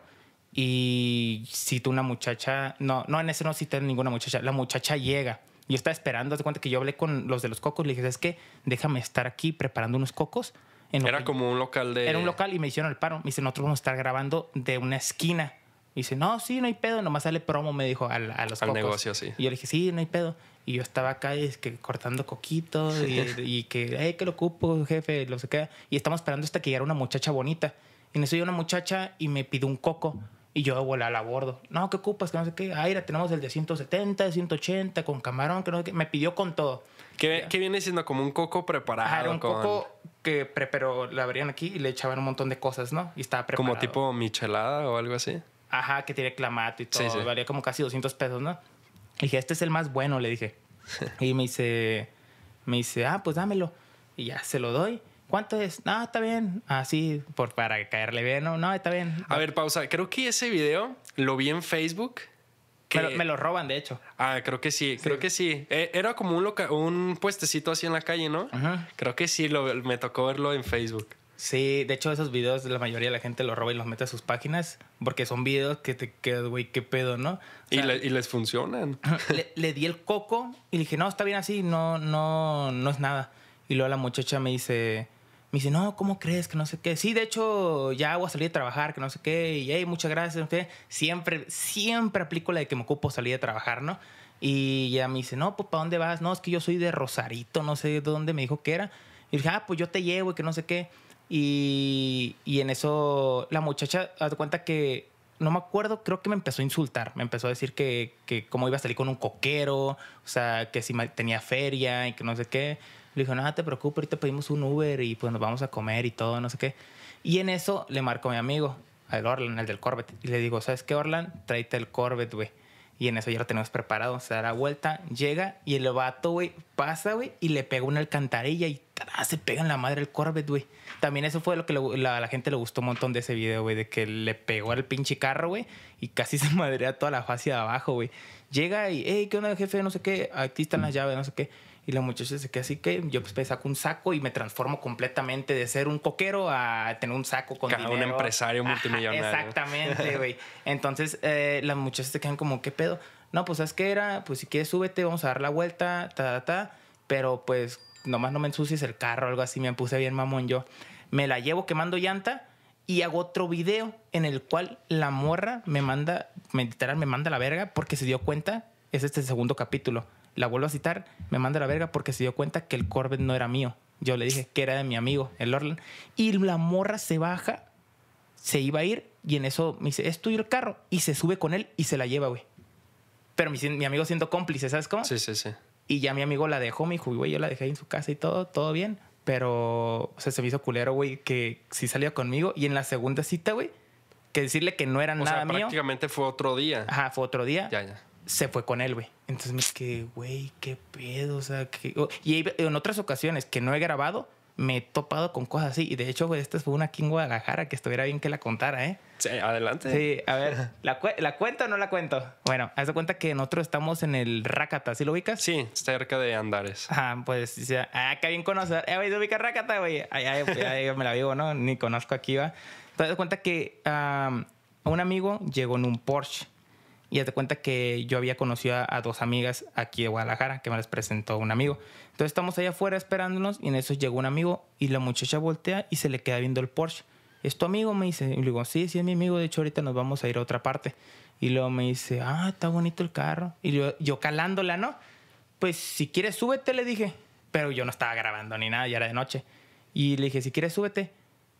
Y cito una muchacha... No, no, en ese no cité ninguna muchacha. La muchacha llega. Yo estaba esperando. Haz de cuenta que yo hablé con los de los cocos. Le dije, ¿sabes qué? Déjame estar aquí preparando unos cocos. En Era como un local de... Era un local y me hicieron el paro. Me dice, nosotros vamos a estar grabando de una esquina. Y dice, no, sí, no hay pedo. Nomás sale promo, me dijo, a, a los Al cocos. negocio, sí. Y yo le dije, sí, no hay pedo. Y yo estaba acá y es que cortando coquitos y, y que, hey, que lo ocupo, jefe, lo sé qué. Y estamos esperando hasta que llegara una muchacha bonita. Y en eso llegó una muchacha y me pidió un coco. Y yo volé al abordo. No, ¿qué ocupas? Que no sé qué. Ah, mira, tenemos el de ciento setenta, de ciento ochenta, con camarón, que no sé qué. Me pidió con todo. ¿Qué, ¿qué viene siendo? Como un coco preparado. Ah, era un con... coco que pre pero la abrían aquí y le echaban un montón de cosas, ¿no? Y estaba preparado. Como tipo michelada o algo así. Ajá, que tiene clamato y todo. Sí, sí. Valía como casi doscientos pesos, ¿no? Le dije, este es el más bueno, le dije. Y me dice, me dice, ah, pues dámelo. Y ya se lo doy. ¿Cuánto es? No, está bien. Así, ah, por para caerle bien. No, no, está bien. A ver, pausa. Creo que ese video lo vi en Facebook. Que... Me, lo, me lo roban, de hecho. Ah, creo que sí, sí. creo que sí. Eh, era como un, loca un puestecito así en la calle, ¿no? Ajá. Creo que sí, lo, me tocó verlo en Facebook. Sí, de hecho esos videos la mayoría de la gente los roba y los mete a sus páginas porque son videos que te quedas, güey, qué pedo, ¿no? O sea, y, le, y les funcionan. Le, le di el coco y le dije, no, está bien así, no, no, no es nada. Y luego la muchacha me dice, me dice, no, ¿cómo crees? Que no sé qué. Sí, de hecho, ya voy a salir a trabajar, que no sé qué. Y, hey, muchas gracias. ¿No? Siempre, siempre aplico la de que me ocupo salir a trabajar, ¿no? Y ya me dice, no, pues, ¿para dónde vas? No, es que yo soy de Rosarito, no sé de dónde me dijo que era. Y dije, ah, pues yo te llevo y que no sé qué. Y, y en eso la muchacha, haz de cuenta que, no me acuerdo, creo que me empezó a insultar. Me empezó a decir que, que cómo iba a salir con un coquero, o sea, que si tenía feria y que no sé qué. Le dije, no, no te preocupes, ahorita pedimos un Uber y pues nos vamos a comer y todo, no sé qué. Y en eso le marco a mi amigo, al Orlan, el del Corvette. Y le digo, ¿sabes qué, Orlan? Tráete el Corvette, güey. Y en eso ya lo tenemos preparado. Se da la vuelta, llega y el vato, güey, pasa, güey, y le pega una alcantarilla y ¡tará! Se pega en la madre el Corvette, güey. También eso fue lo que le, la, a la gente le gustó un montón de ese video, güey, de que le pegó al pinche carro, güey, y casi se madrea toda la fase de abajo, güey. Llega y, hey, ¿qué onda, jefe? No sé qué, aquí están las llaves, no sé qué. Y la muchacha se queda así que yo pues me saco un saco y me transformo completamente de ser un coquero a tener un saco con Cada dinero. un empresario multimillonario. Ajá, exactamente, güey. Entonces eh, las muchachas se quedan como, ¿qué pedo? No, pues ¿sabes qué era? Pues si quieres súbete, vamos a dar la vuelta, ta, ta, ta. Pero pues nomás no me ensucies el carro o algo así. Me puse bien mamón yo. Me la llevo quemando llanta y hago otro video en el cual la morra me manda, me, literal, me manda a la verga porque se dio cuenta. Es este segundo capítulo. La vuelvo a citar, me manda a la verga porque se dio cuenta que el Corvette no era mío. Yo le dije que era de mi amigo, el Orlan. Y la morra se baja, se iba a ir y en eso me dice, ¿es tuyo el carro? Y se sube con él y se la lleva, güey. Pero mi, mi amigo siendo cómplice, ¿sabes cómo? Sí, sí, sí. Y ya mi amigo la dejó, me dijo, güey, yo la dejé ahí en su casa y todo, todo bien. Pero, o sea, se me hizo culero, güey, que sí salía conmigo. Y en la segunda cita, güey, que decirle que no era o nada sea, mío. prácticamente fue otro día. Ajá, fue otro día. Ya, ya. Se fue con él, güey. Entonces me quedé, güey, qué pedo, o sea, que... Y en otras ocasiones que no he grabado, me he topado con cosas así. Y de hecho, güey, esta fue una aquí en Guadalajara que estuviera bien que la contara, ¿eh? Sí, adelante. Sí, a ver, ¿la, cu ¿la cuento o no la cuento? Bueno, haz de cuenta que nosotros estamos en el Rácata, ¿sí lo ubicas? Sí, cerca de Andares. Ajá, pues, o sea, ah, que bien conocer. Eh, güey, ¿se ubica Rácata, güey? Ay, ay, pues, ay, me la vivo, ¿no? Ni conozco aquí, va. Entonces, haz de cuenta que um, un amigo llegó en un Porsche. Y haz de cuenta que yo había conocido a, a dos amigas aquí de Guadalajara, que me las presentó un amigo. Entonces estamos allá afuera esperándonos y en eso llegó un amigo y la muchacha voltea y se le queda viendo el Porsche. ¿Es tu amigo? Me dice. Y le digo, sí, sí es mi amigo. De hecho, ahorita nos vamos a ir a otra parte. Y luego me dice, ah, está bonito el carro. Y yo, yo calándola, ¿no? Pues si quieres, súbete, le dije. Pero yo no estaba grabando ni nada, ya era de noche. Y le dije, si quieres, súbete.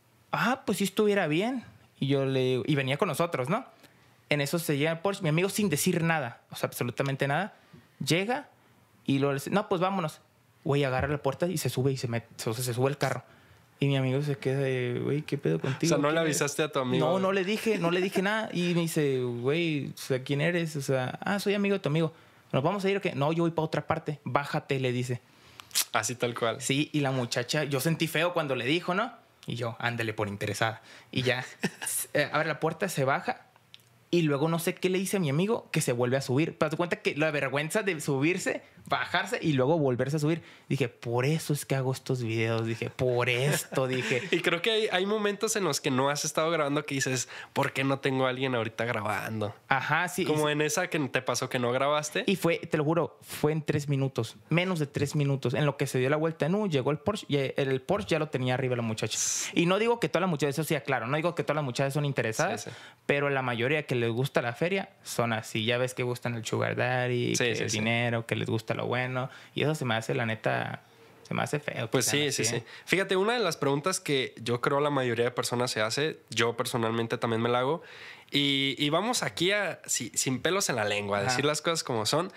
Ah, pues si estuviera bien. Y yo le digo, y venía con nosotros, ¿no? En eso se llega el Porsche, mi amigo sin decir nada, o sea, absolutamente nada, llega y luego le dice, no, pues vámonos. Güey, agarra la puerta y se sube y se mete, o sea, se sube el carro. Y mi amigo se queda de, güey, ¿qué pedo contigo? O sea, ¿no le avisaste a tu amigo? No, no le dije, no le dije nada. Y me dice, güey, o sea, ¿quién eres? O sea, ah, soy amigo de tu amigo. ¿Nos vamos a ir o qué? No, yo voy para otra parte. Bájate, le dice. Así tal cual. Sí, y la muchacha, yo sentí feo cuando le dijo, ¿no? Y yo, ándale por interesada. Y ya, eh, abre la puerta, se baja. Y luego no sé qué le dice a mi amigo que se vuelve a subir. Pero te cuenta que la vergüenza de subirse, bajarse y luego volverse a subir. Dije, por eso es que hago estos videos. Dije, por esto, dije. Y creo que hay, hay momentos en los que no has estado grabando que dices, ¿por qué no tengo a alguien ahorita grabando? Ajá, sí. Como y, en esa que te pasó que no grabaste. Y fue, te lo juro, fue en tres minutos. Menos de tres minutos. En lo que se dio la vuelta en U, llegó el Porsche. Y el Porsche ya lo tenía arriba la muchacha. Y no digo que todas las muchachas, eso sí, claro. No digo que todas las muchachas son interesadas. Sí, sí. Pero la mayoría que les gusta la feria son así. Ya ves que gustan el sugar daddy, sí, que sí, el sí. dinero, que les gusta lo bueno. Y eso se me hace, la neta, se me hace feo. Pues sí, sí, sí. Fíjate, una de las preguntas que yo creo la mayoría de personas se hace, yo personalmente también me la hago, y, y vamos aquí a, si, sin pelos en la lengua, a decir las cosas como son.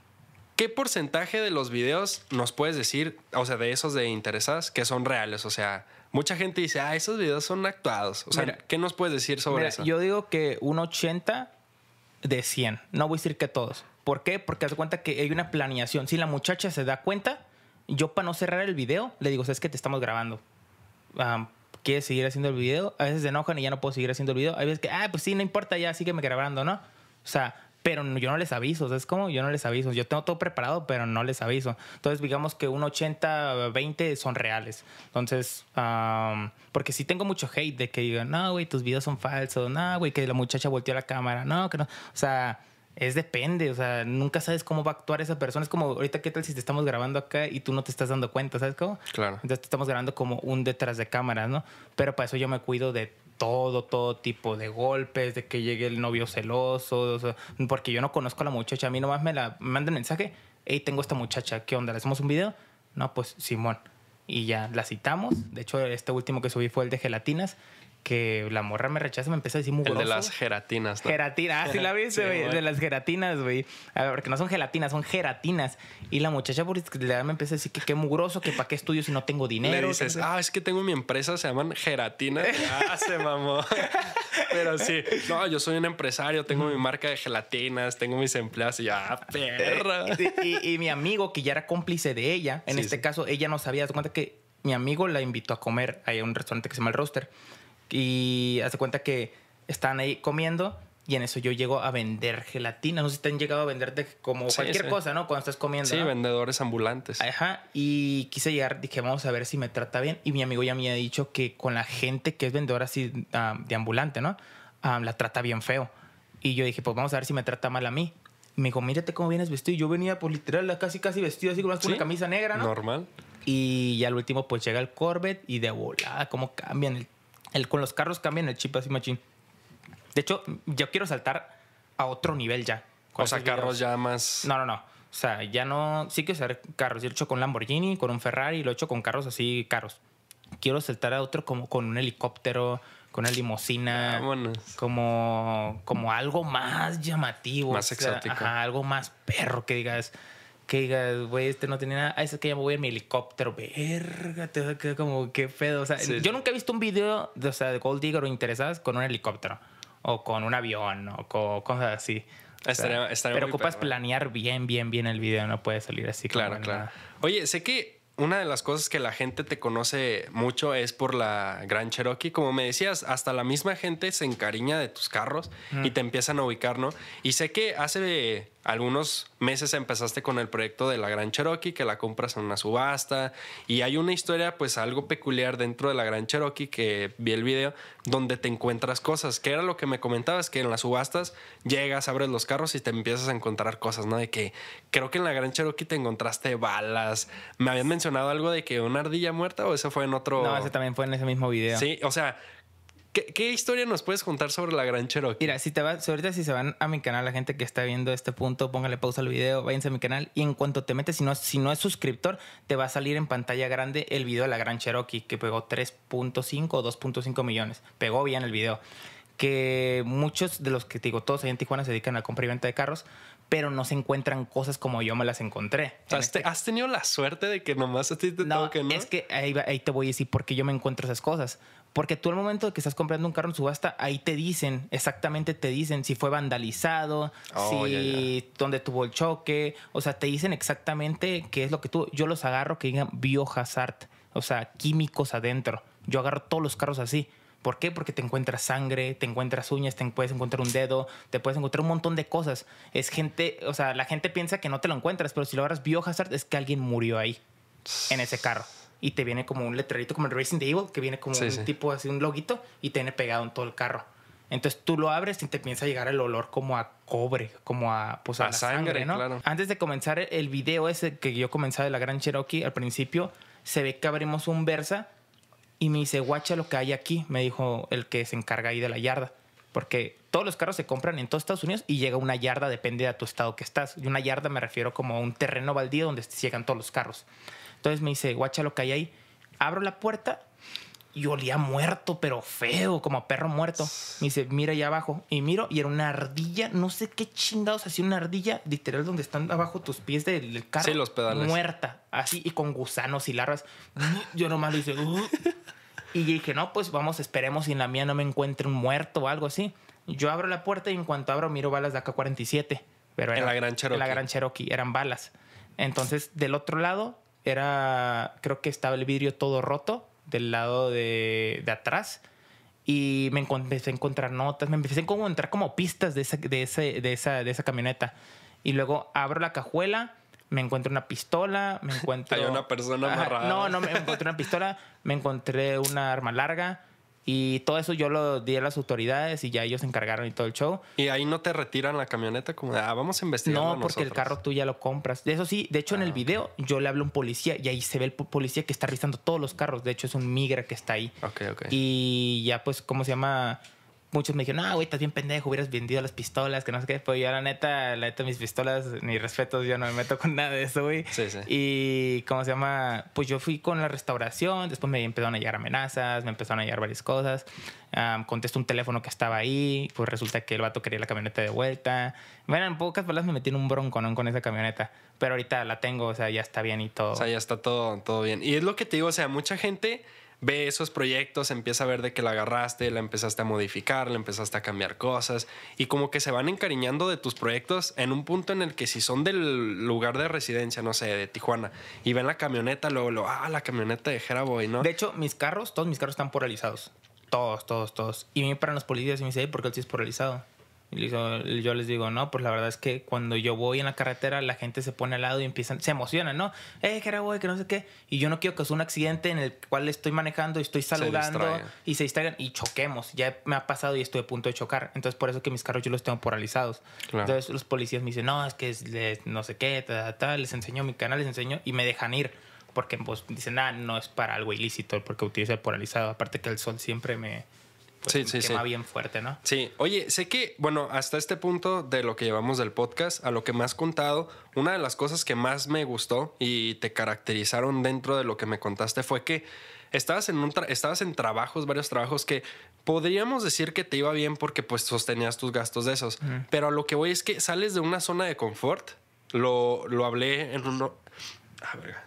¿Qué porcentaje de los videos nos puedes decir, o sea, de esos de interesadas, que son reales? O sea, mucha gente dice, ah, esos videos son actuados. O sea, mira, ¿qué nos puedes decir sobre mira, eso? Yo digo que un ochenta de cien. No voy a decir que todos. ¿Por qué? Porque haz cuenta que hay una planeación. Si la muchacha se da cuenta, yo para no cerrar el video, le digo, ¿sabes qué? Te estamos grabando. Um, ¿Quieres seguir haciendo el video? A veces se enojan y ya no puedo seguir haciendo el video. Hay veces que, ah, pues sí, no importa, ya sígueme grabando, ¿no? O sea, pero yo no les aviso. ¿Sabes cómo? Yo no les aviso. Yo tengo todo preparado, pero no les aviso. Entonces, digamos que un ochenta, veinte son reales. Entonces, um, porque sí tengo mucho hate de que digan, no, güey, tus videos son falsos. No, güey, que la muchacha volteó la cámara. No, que no. O sea... Es depende, o sea, nunca sabes cómo va a actuar esa persona. Es como, ahorita, ¿qué tal si te estamos grabando acá y tú no te estás dando cuenta? ¿Sabes cómo? Claro. Entonces te estamos grabando como un detrás de cámaras, ¿no? Pero para eso yo me cuido de todo, todo tipo de golpes, de que llegue el novio celoso, o sea, porque yo no conozco a la muchacha. A mí nomás me la me manda un mensaje, hey, tengo esta muchacha, ¿qué onda? ¿Le hacemos un video? No, pues Simón. Y ya la citamos. De hecho, este último que subí fue el de gelatinas. Que la morra me rechaza, me empieza a decir mugroso. El de las gelatinas, ¿no? Gelatinas, ah, sí la viste, güey. Sí, de las gelatinas, güey. A ver, porque no son gelatinas, son gelatinas. Y la muchacha por me empieza a decir que qué mugroso, que para qué estudio si no tengo dinero. Le dices, que... ah, es que tengo mi empresa, se llaman gelatinas. Ah, se mamó. Pero sí, no, yo soy un empresario, tengo mi marca de gelatinas, tengo mis empleados y ya, ah, perra. Y, y, y mi amigo, que ya era cómplice de ella, en sí, este sí. caso, ella no sabía, se cuenta que mi amigo la invitó a comer ahí a un restaurante que se llama El Roster. Y hace cuenta que estaban ahí comiendo y en eso yo llego a vender gelatina. No sé si te han llegado a venderte como sí, cualquier sí. cosa, ¿no? Cuando estás comiendo. Sí, ¿no? Vendedores ambulantes. Ajá. Y quise llegar, dije, vamos a ver si me trata bien. Y mi amigo ya me había dicho que con la gente que es vendedora así um, de ambulante, ¿no? Um, la trata bien feo. Y yo dije, pues vamos a ver si me trata mal a mí. Y me dijo, mírate cómo vienes vestido. Y yo venía, pues literal, casi casi vestido así con ¿Sí? una camisa negra, ¿no? Normal. Y ya al último, pues llega el Corvette y de volada, cómo cambian el El, con los carros cambian el chip así machín. De hecho, yo quiero saltar a otro nivel ya. O sea, carros ya más... No, no, no. O sea, ya no... Sí quiero hacer carros. Yo lo he hecho con Lamborghini, con un Ferrari. Lo he hecho con carros así caros. Quiero saltar a otro como con un helicóptero, con una limusina. Vámonos. Como, como algo más llamativo. Más o sea, exótico. Ajá, algo más perro que digas... Que digas, güey, este no tiene nada. Ah, es que ya me voy en mi helicóptero. Verga, te va a quedar como, qué pedo. O sea, sí. Yo nunca he visto un video de, o sea, de Gold Digger o interesadas con un helicóptero. O con un avión. O con cosas así. O estaría, sea, estaría pero muy ocupas perro. planear bien, bien, bien el video. No puede salir así. Claro, como claro. Nada. Oye, sé que una de las cosas que la gente te conoce mucho es por la Gran Cherokee. Como me decías, hasta la misma gente se encariña de tus carros mm. y te empiezan a ubicar, ¿no? Y sé que hace algunos meses empezaste con el proyecto de la Gran Cherokee, que la compras en una subasta. Y hay una historia, pues, algo peculiar dentro de la Gran Cherokee, que vi el video, donde te encuentras cosas. Que era lo que me comentabas, que en las subastas llegas, abres los carros y te empiezas a encontrar cosas, ¿no? De que creo que en la Gran Cherokee te encontraste balas. Me habían mencionado algo de que una ardilla muerta, o eso fue en otro... No, ese también fue en ese mismo video. Sí, o sea... ¿Qué, ¿Qué historia nos puedes contar sobre la Gran Cherokee? Mira, si te vas, ahorita si se van a mi canal, la gente que está viendo este punto, póngale pausa al video, váyanse a mi canal y en cuanto te metes, si no, si no es suscriptor, te va a salir en pantalla grande el video de la Gran Cherokee, que pegó tres punto cinco o dos punto cinco millones. Pegó bien el video. Que muchos de los que te digo, todos ahí en Tijuana se dedican a la compra y venta de carros, pero no se encuentran cosas como yo me las encontré. O sea, ¿has, este... ¿has tenido la suerte de que nomás a ti te no, toque, no? Es que ahí, ahí te voy a decir por qué yo me encuentro esas cosas. Porque tú al momento de que estás comprando un carro en subasta, ahí te dicen, exactamente te dicen si fue vandalizado, oh, si yeah, yeah. dónde tuvo el choque. O sea, te dicen exactamente qué es lo que tuvo. Yo los agarro que digan biohazard, o sea, químicos adentro. Yo agarro todos los carros así. ¿Por qué? Porque te encuentras sangre, te encuentras uñas, te puedes encontrar un dedo, te puedes encontrar un montón de cosas. Es gente, o sea, la gente piensa que no te lo encuentras, pero si lo agarras biohazard es que alguien murió ahí, en ese carro. Y te viene como un letrerito como el Racing the Evil, que viene como sí, un sí. tipo así, un loguito, y te viene pegado en todo el carro. Entonces tú lo abres y te empieza a llegar el olor como a cobre, como a, pues, a, a sangre, sangre, ¿no? Claro. Antes de comenzar el video ese que yo comenzaba de la Gran Cherokee, al principio se ve que abrimos un Versa y me dice, guacha lo que hay aquí, me dijo el que se encarga ahí de la yarda. Porque todos los carros se compran en todos Estados Unidos y llega una yarda, depende de tu estado que estás. Y una yarda me refiero como a un terreno baldío donde llegan todos los carros. Entonces me dice, guacha lo que hay ahí. Abro la puerta y olía muerto, pero feo, como a perro muerto. Me dice, mira allá abajo. Y miro y era una ardilla, no sé qué chingados, así una ardilla, literal, donde están abajo tus pies del, del carro. Sí, los pedales. Muerta, así, y con gusanos y larvas. Yo nomás le hice... Uh. Y dije, no, pues vamos, esperemos si en la mía no me encuentre un muerto o algo así. Yo abro la puerta y en cuanto abro miro balas de A K cuarenta y siete. Pero era, en la Gran Cherokee. En la Gran Cherokee, eran balas. Entonces, del otro lado... Era, creo que estaba el vidrio todo roto del lado de, de atrás y me empecé a encontrar notas, me empecé a encontrar como pistas de esa, de, ese, de, esa, de esa camioneta. Y luego abro la cajuela, me encuentro una pistola, me encuentro... Hay una persona amarrada. No, no, me encontré una pistola, me encontré una arma larga. Y todo eso yo lo di a las autoridades y ya ellos se encargaron y todo el show. ¿Y ahí no te retiran la camioneta? Como de, ah, vamos a investigar. No, porque nosotros. El carro tú ya lo compras. De eso sí, de hecho ah, en el video okay. yo le hablo a un policía y ahí se ve el policía que está revisando todos los carros. De hecho es un migra que está ahí. Ok, ok. Y ya pues, ¿cómo se llama? Muchos me dijeron, no, güey, estás bien pendejo, hubieras vendido las pistolas, que no sé qué. Pues yo la neta, la neta, mis pistolas, ni respetos, yo no me meto con nada de eso, güey. Sí, sí. Y, ¿cómo se llama? Pues yo fui con la restauración, después me empezaron a llegar amenazas, me empezaron a llegar varias cosas. Um, contesto un teléfono que estaba ahí, pues resulta que el vato quería la camioneta de vuelta. Bueno, en pocas palabras me metí en un bronco, ¿no? Con esa camioneta. Pero ahorita la tengo, o sea, ya está bien y todo. O sea, ya está todo, todo bien. Y es lo que te digo, o sea, mucha gente... ve esos proyectos, empieza a ver de que la agarraste, la empezaste a modificar, la empezaste a cambiar cosas y como que se van encariñando de tus proyectos en un punto en el que si son del lugar de residencia, no sé, de Tijuana, y ven la camioneta, luego, luego ah, la camioneta de Jeraboy, ¿no? De hecho, mis carros, todos mis carros están polarizados. Todos, todos, todos. Y me paran los policías y me dicen, ¿por qué él sí es polarizado? Y yo les digo, no, pues la verdad es que cuando yo voy en la carretera, la gente se pone al lado y empiezan, se emocionan, ¿no? Eh, que era güey, que no sé qué. Y yo no quiero que sea un accidente en el cual estoy manejando y estoy saludando se y se distraigan y choquemos. Ya me ha pasado y estoy a punto de chocar. Entonces, por eso que mis carros yo los tengo polarizados. Claro. Entonces, los policías me dicen, no, es que es les, no sé qué, tal, tal. Les enseño mi canal, les enseño y me dejan ir. Porque pues dicen, ah, no es para algo ilícito porque utiliza el polarizado. Aparte que el sol siempre me... Pues sí, sí, quema sí. bien fuerte, ¿no? Sí. Oye, sé que, bueno, hasta este punto de lo que llevamos del podcast, a lo que me has contado, una de las cosas que más me gustó y te caracterizaron dentro de lo que me contaste fue que estabas en, un tra- estabas en trabajos, varios trabajos que podríamos decir que te iba bien porque pues sostenías tus gastos de esos. Mm. Pero a lo que voy es que sales de una zona de confort. Lo, lo hablé en uno... Ah, verga.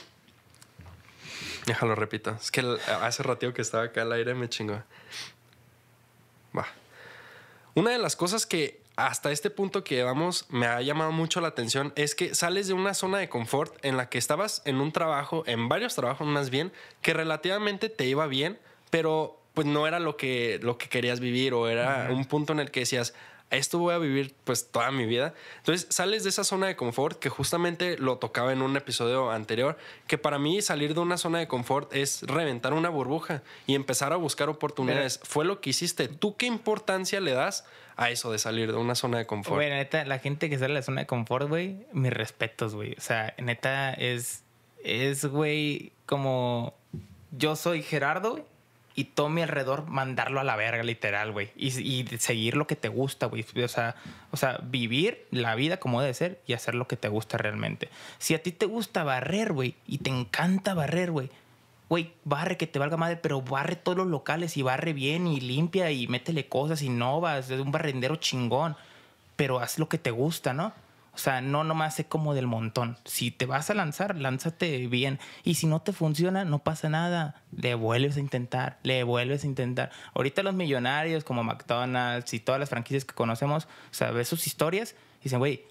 Déjalo, repito. Es que el, hace ratito que estaba acá al aire me chingó. Va. Una de las cosas que hasta este punto que vamos me ha llamado mucho la atención es que sales de una zona de confort en la que estabas en un trabajo, en varios trabajos más bien, que relativamente te iba bien, pero pues no era lo que, lo que querías vivir o era uh-huh. un punto en el que decías, esto voy a vivir pues toda mi vida. Entonces sales de esa zona de confort que justamente lo tocaba en un episodio anterior, que para mí salir de una zona de confort es reventar una burbuja y empezar a buscar oportunidades. Pero, fue lo que hiciste. ¿Tú qué importancia le das a eso de salir de una zona de confort? Güey, neta, la gente que sale de la zona de confort, güey, mis respetos, güey. O sea, neta es, es, güey, como yo soy Gerardo, güey. Y todo mi alrededor mandarlo a la verga, literal, güey. Y, y seguir lo que te gusta, güey. O sea, o sea, vivir la vida como debe ser y hacer lo que te gusta realmente. Si a ti te gusta barrer, güey, y te encanta barrer, güey, güey, barre que te valga madre, pero barre todos los locales y barre bien y limpia y métele cosas, innovas, es un barrendero chingón. Pero haz lo que te gusta, ¿no? O sea, no nomás sé como del montón. Si te vas a lanzar, lánzate bien. Y si no te funciona, no pasa nada. Le vuelves a intentar, le vuelves a intentar. Ahorita los millonarios como McDonald's y todas las franquicias que conocemos, o sea, ves sus historias y dicen, güey,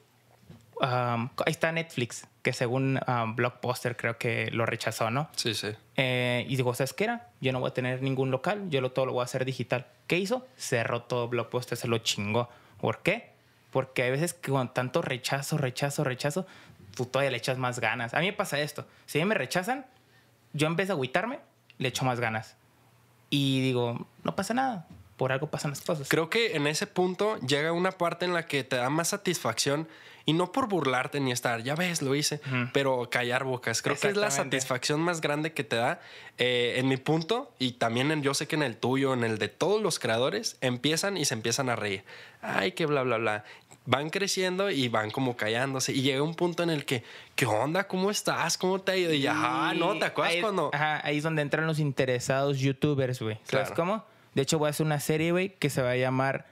um, ahí está Netflix, que según um, Blockbuster creo que lo rechazó, ¿no? Sí, sí. Eh, y digo, ¿sabes qué era? Yo no voy a tener ningún local, yo lo, todo lo voy a hacer digital. ¿Qué hizo? Cerró todo Blockbuster, se lo chingó. ¿Por qué? Porque hay veces que con tanto rechazo, rechazo, rechazo, tú todavía le echas más ganas. A mí me pasa esto. Si a mí me rechazan, yo en vez de agüitarme, le echo más ganas. Y digo, no pasa nada. Por algo pasan las cosas. Creo que en ese punto llega una parte en la que te da más satisfacción. Y no por burlarte ni estar, ya ves, lo hice, uh-huh. pero callar bocas. Creo que es la satisfacción más grande que te da. Eh, en mi punto, y también en, yo sé que en el tuyo, en el de todos los creadores, empiezan y se empiezan a reír. Ay, que bla, bla, bla. Van creciendo y van como callándose. Y llega un punto en el que, ¿qué onda? ¿Cómo estás? ¿Cómo te ha ido? Y ajá, no, ¿te acuerdas ahí, cuando...? Ajá, ahí es donde entran los interesados youtubers, güey. ¿Sabes claro. cómo? De hecho, voy a hacer una serie, güey, que se va a llamar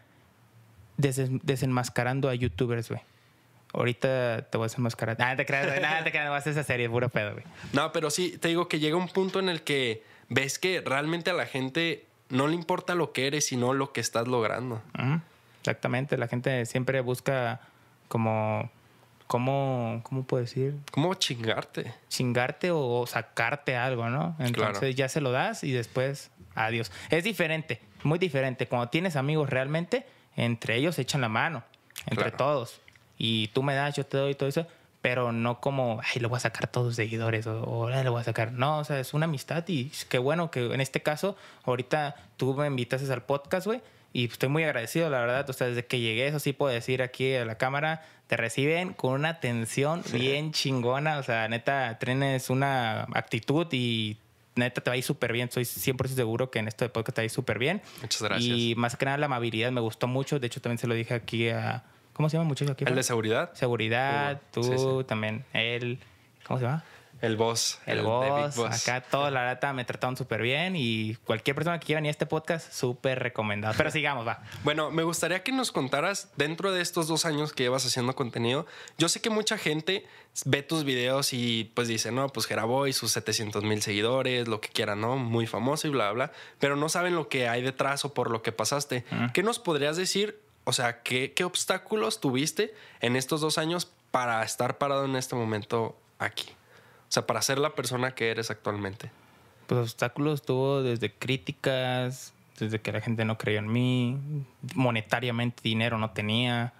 Desen- Desenmascarando a YouTubers, güey. Ahorita te voy a desenmascarar. Nada te creas, güey. Nada te creas. Voy a hacer esa serie, puro pedo, güey. No, pero sí, te digo que llega un punto en el que ves que realmente a la gente no le importa lo que eres, sino lo que estás logrando. Uh-huh. Exactamente. La gente siempre busca como... ¿Cómo, ¿Cómo puedo decir? ¿Cómo chingarte? Chingarte o sacarte algo, ¿no? Entonces claro. ya se lo das y después adiós. Es diferente, muy diferente. Cuando tienes amigos realmente, entre ellos se echan la mano, entre claro. todos. Y tú me das, yo te doy todo eso, pero no como, ay, le voy a sacar todos los seguidores o, o le voy a sacar. No, o sea, es una amistad y qué bueno que en este caso, ahorita tú me invitaste al podcast, güey. Y estoy muy agradecido, la verdad. O sea, desde que llegué, eso sí puedo decir aquí a la cámara, te reciben con una atención sí. bien chingona. O sea, neta, tienes una actitud y neta te va a ir súper bien. Estoy cien por ciento seguro que en esto de podcast te va a ir súper bien. Muchas gracias. Y más que nada la amabilidad me gustó mucho. De hecho, también se lo dije aquí a... ¿Cómo se llama el muchacho aquí? ¿El de seguridad? Seguridad, uh, tú sí, sí. también. Él... ¿Cómo se llama? El boss. El, el boss, boss. Acá todos, la verdad, me trataron súper bien y cualquier persona que quiera venir a este podcast, súper recomendado. Pero sigamos, va. Bueno, me gustaría que nos contaras, dentro de estos dos años que llevas haciendo contenido, yo sé que mucha gente ve tus videos y pues dice, no, pues Geraboy, sus setecientos mil seguidores, lo que quiera, ¿no? Muy famoso y bla, bla, pero no saben lo que hay detrás o por lo que pasaste. Uh-huh. ¿Qué nos podrías decir? O sea, ¿qué, ¿qué obstáculos tuviste en estos dos años para estar parado en este momento aquí? O sea, para ser la persona que eres actualmente. Pues obstáculos tuvo desde críticas, desde que la gente no creyó en mí, monetariamente dinero no tenía.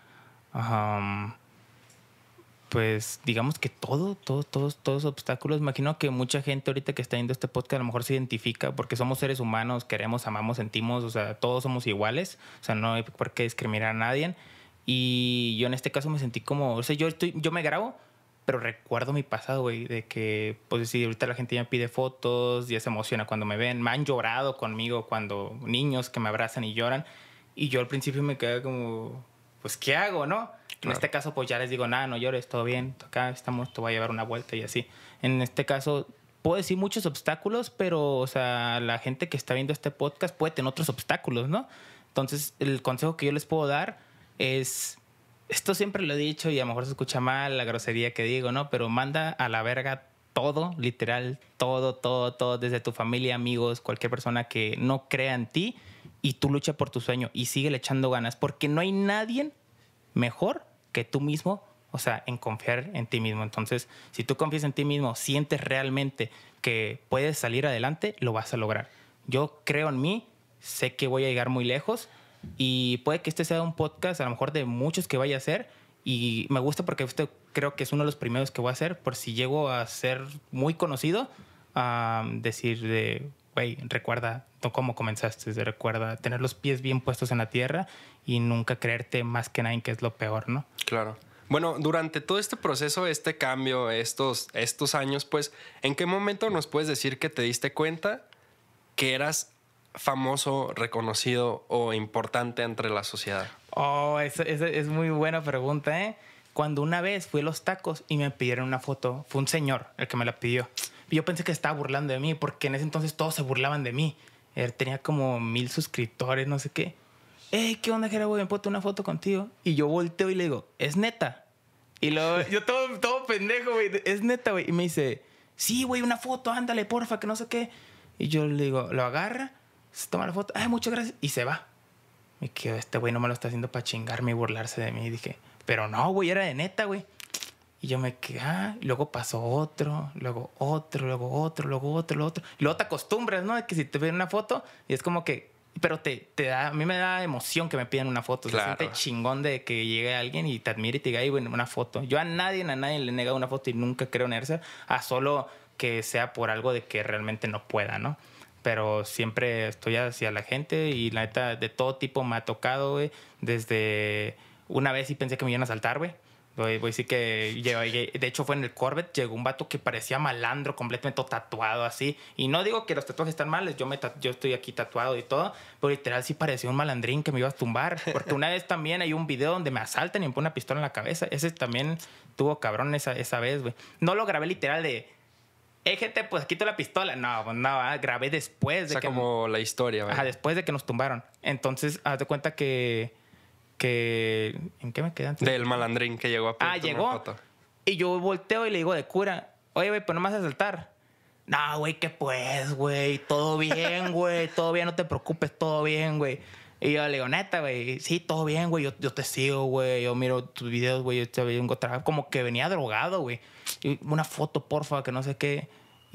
Um, pues digamos que todo, todos, todos, todos obstáculos. Imagino que mucha gente ahorita que está viendo este podcast a lo mejor se identifica porque somos seres humanos, queremos, amamos, sentimos, o sea, todos somos iguales. O sea, no hay por qué discriminar a nadie. Y yo en este caso me sentí como, o sea, yo, estoy, yo me grabo, pero recuerdo mi pasado, güey, de que, pues sí, ahorita la gente ya me pide fotos, ya se emociona cuando me ven. Me han llorado conmigo cuando niños que me abrazan y lloran. Y yo al principio me quedé como, pues, ¿qué hago, no? Claro. En este caso, pues ya les digo, nada, no llores, todo bien. Acá estamos, te voy a llevar una vuelta y así. En este caso, puedo decir muchos obstáculos, pero, o sea, la gente que está viendo este podcast puede tener otros obstáculos, ¿no? Entonces, el consejo que yo les puedo dar es... Esto siempre lo he dicho y a lo mejor se escucha mal la grosería que digo, ¿no? Pero manda a la verga todo, literal, todo, todo, todo, desde tu familia, amigos, cualquier persona que no crea en ti y tú lucha por tu sueño y sigue echando ganas porque no hay nadie mejor que tú mismo, o sea, en confiar en ti mismo. Entonces, si tú confías en ti mismo, sientes realmente que puedes salir adelante, lo vas a lograr. Yo creo en mí, sé que voy a llegar muy lejos y puede que este sea un podcast a lo mejor de muchos que vaya a hacer, y me gusta porque este creo que es uno de los primeros que voy a hacer por si llego a ser muy conocido, um, decir de, güey, recuerda cómo comenzaste, recuerda tener los pies bien puestos en la tierra y nunca creerte más que nadie, que es lo peor, ¿no? Claro. Bueno, durante todo este proceso, este cambio, estos, estos años, pues, ¿en qué momento nos puedes decir que te diste cuenta que eras famoso, reconocido o importante entre la sociedad? Oh, esa es muy buena pregunta, ¿eh? Cuando una vez fui a los tacos y me pidieron una foto, fue un señor el que me la pidió. Y yo pensé que estaba burlando de mí, porque en ese entonces todos se burlaban de mí. Él tenía como mil suscriptores, no sé qué. Hey, ¿qué onda, Gerardo? Me puedo tomar una foto contigo. Y yo volteo y le digo, ¿es neta? Y luego, yo todo, todo pendejo, güey, es neta, güey. Y me dice, sí, güey, una foto, ándale, porfa, que no sé qué. Y yo le digo, lo agarra, se toma la foto, ay, muchas gracias, y se va. Me quedo, este güey no me lo está haciendo para chingarme y burlarse de mí. Y dije, pero no, güey, era de neta, güey. Y yo me quedé, ah, y luego pasó otro, luego otro, luego otro, luego otro, luego otro. Y luego te acostumbras, ¿no? De que si te ven una foto, y es como que, pero te, te da, a mí me da emoción que me pidan una foto. Claro. Se siente chingón de que llegue alguien y te admire y te diga, ay, bueno, una foto. Yo a nadie, a nadie le he negado una foto y nunca creo en eso, a solo que sea por algo de que realmente no pueda, ¿no? Pero siempre estoy hacia la gente y la neta de todo tipo me ha tocado, güey. Desde una vez sí pensé que me iban a asaltar, güey. Voy, voy sí que llegué, de hecho fue en el Corvette, llegó un vato que parecía malandro, completamente tatuado así. Y no digo que los tatuajes están males, yo, me yo estoy aquí tatuado y todo, pero literal sí parecía un malandrín que me iba a tumbar. Porque una vez también hay un video donde me asaltan y me ponen una pistola en la cabeza. Ese también tuvo cabrón esa, esa vez, güey. No lo grabé literal de... Hey, gente, pues quito la pistola. No, pues no, ¿eh? Grabé después de o sea, que... como la historia, ¿verdad? Ajá, después de que nos tumbaron. Entonces, haz de cuenta que... que ¿en qué me quedé antes? Del malandrín que llegó a Ah, pedirte llegó. una foto. Y yo volteo y le digo de cura, oye, güey, pues no me vas a saltar. No, güey, ¿qué pues, güey? Todo bien, güey. Todo bien, no te preocupes, todo bien, güey. Y yo le digo, neta, güey, sí, todo bien, güey. Yo, yo te sigo, güey. Yo miro tus videos, güey. Yo te vengo a trabajar. Como que venía drogado, güey. Y una foto, porfa, que no sé qué.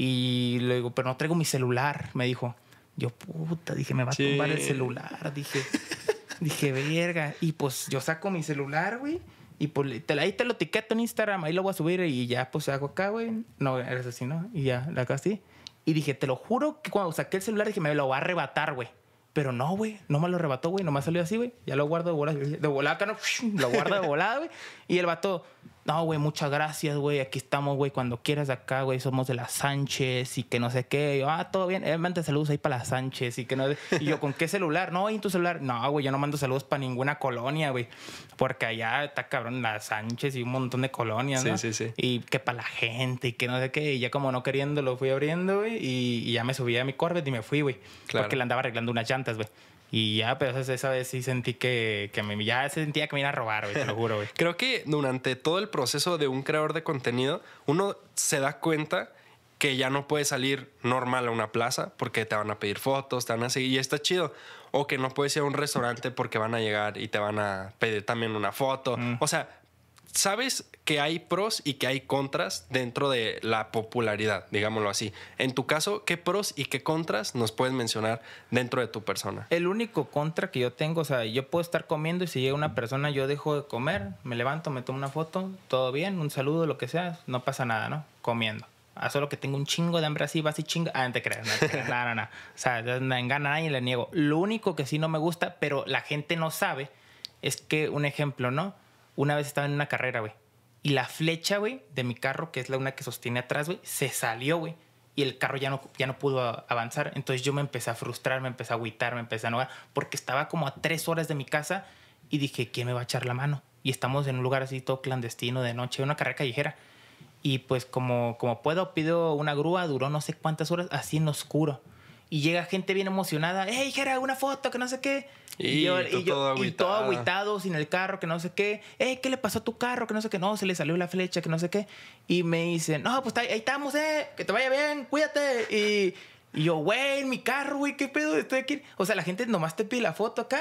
Y le digo, pero no traigo mi celular, me dijo. Yo, puta, dije, me va a Sí. tumbar el celular. Dije, dije, verga. Y pues yo saco mi celular, güey. Y pues te, ahí te lo etiqueto en Instagram. Ahí lo voy a subir y ya, pues hago acá, güey. No, eres así, ¿no? Y ya, la hago así. Y dije, te lo juro que cuando saqué el celular dije, me lo va a arrebatar, güey. Pero no, güey, no me lo arrebató, güey. Nomás salió así, güey. Ya lo guardo de volada. De volada, acá, ¿no? Lo guardo de volada, güey. Y el vato, no, güey, muchas gracias, güey. Aquí estamos, güey. Cuando quieras acá, güey. Somos de la Sánchez y que no sé qué. Y yo, ah, todo bien. Eh, manda saludos ahí para la Sánchez y que no... Y yo, ¿con qué celular? No, ¿y en tu celular? No, güey, yo no mando saludos para ninguna colonia, güey. Porque allá está cabrón la Sánchez y un montón de colonias, ¿no? Sí, sí, sí. Y que para la gente y que no sé qué. Y ya como no queriendo lo fui abriendo, güey. Y, y ya me subí a mi Corvette y me fui, güey. Claro. Porque le andaba arreglando unas llantas, güey. Y ya, pero esa vez sí sentí que, que me, ya sentía que me iba a robar, güey, te lo juro, güey. Creo que durante todo el proceso de un creador de contenido, uno se da cuenta que ya no puede salir normal a una plaza porque te van a pedir fotos, te van a seguir y está chido. O que no puedes ir a un restaurante porque van a llegar y te van a pedir también una foto. Mm. O sea, sabes que hay pros y que hay contras dentro de la popularidad, digámoslo así. En tu caso, ¿qué pros y qué contras nos puedes mencionar dentro de tu persona? El único contra que yo tengo, o sea, yo puedo estar comiendo y si llega una persona, yo dejo de comer, me levanto, me tomo una foto, todo bien, un saludo, lo que sea, no pasa nada, ¿no? Comiendo. Ah, solo que tengo un chingo de hambre así, vas y chinga. Ah, no te creas, no te creas, no, no, no. O sea, en gana nadie le niego. Lo único que sí no me gusta, pero la gente no sabe, es que, un ejemplo, ¿no? Una vez estaba en una carrera, güey. Y la flecha, güey, de mi carro, que es la una que sostiene atrás, güey, se salió, güey. Y el carro ya no, ya no pudo avanzar. Entonces yo me empecé a frustrar, me empecé a agüitar, me empecé a enojar. Porque estaba como a tres horas de mi casa y dije, ¿quién me va a echar la mano? Y estamos en un lugar así todo clandestino de noche, una carrera callejera. Y pues como, como puedo, pido una grúa, duró no sé cuántas horas, así en oscuro. Y llega gente bien emocionada, hey, Jera, una foto, que no sé qué. Y, y yo, y, yo, todo y todo agüitado, sin el carro, que no sé qué. Hey, ¿qué le pasó a tu carro? Que no sé qué. No, se le salió la flecha, que no sé qué. Y me dicen, no, pues ahí estamos, eh. Que te vaya bien, cuídate. Y, y yo, güey, mi carro, güey, ¿qué pedo? Estoy aquí. O sea, la gente nomás te pide la foto acá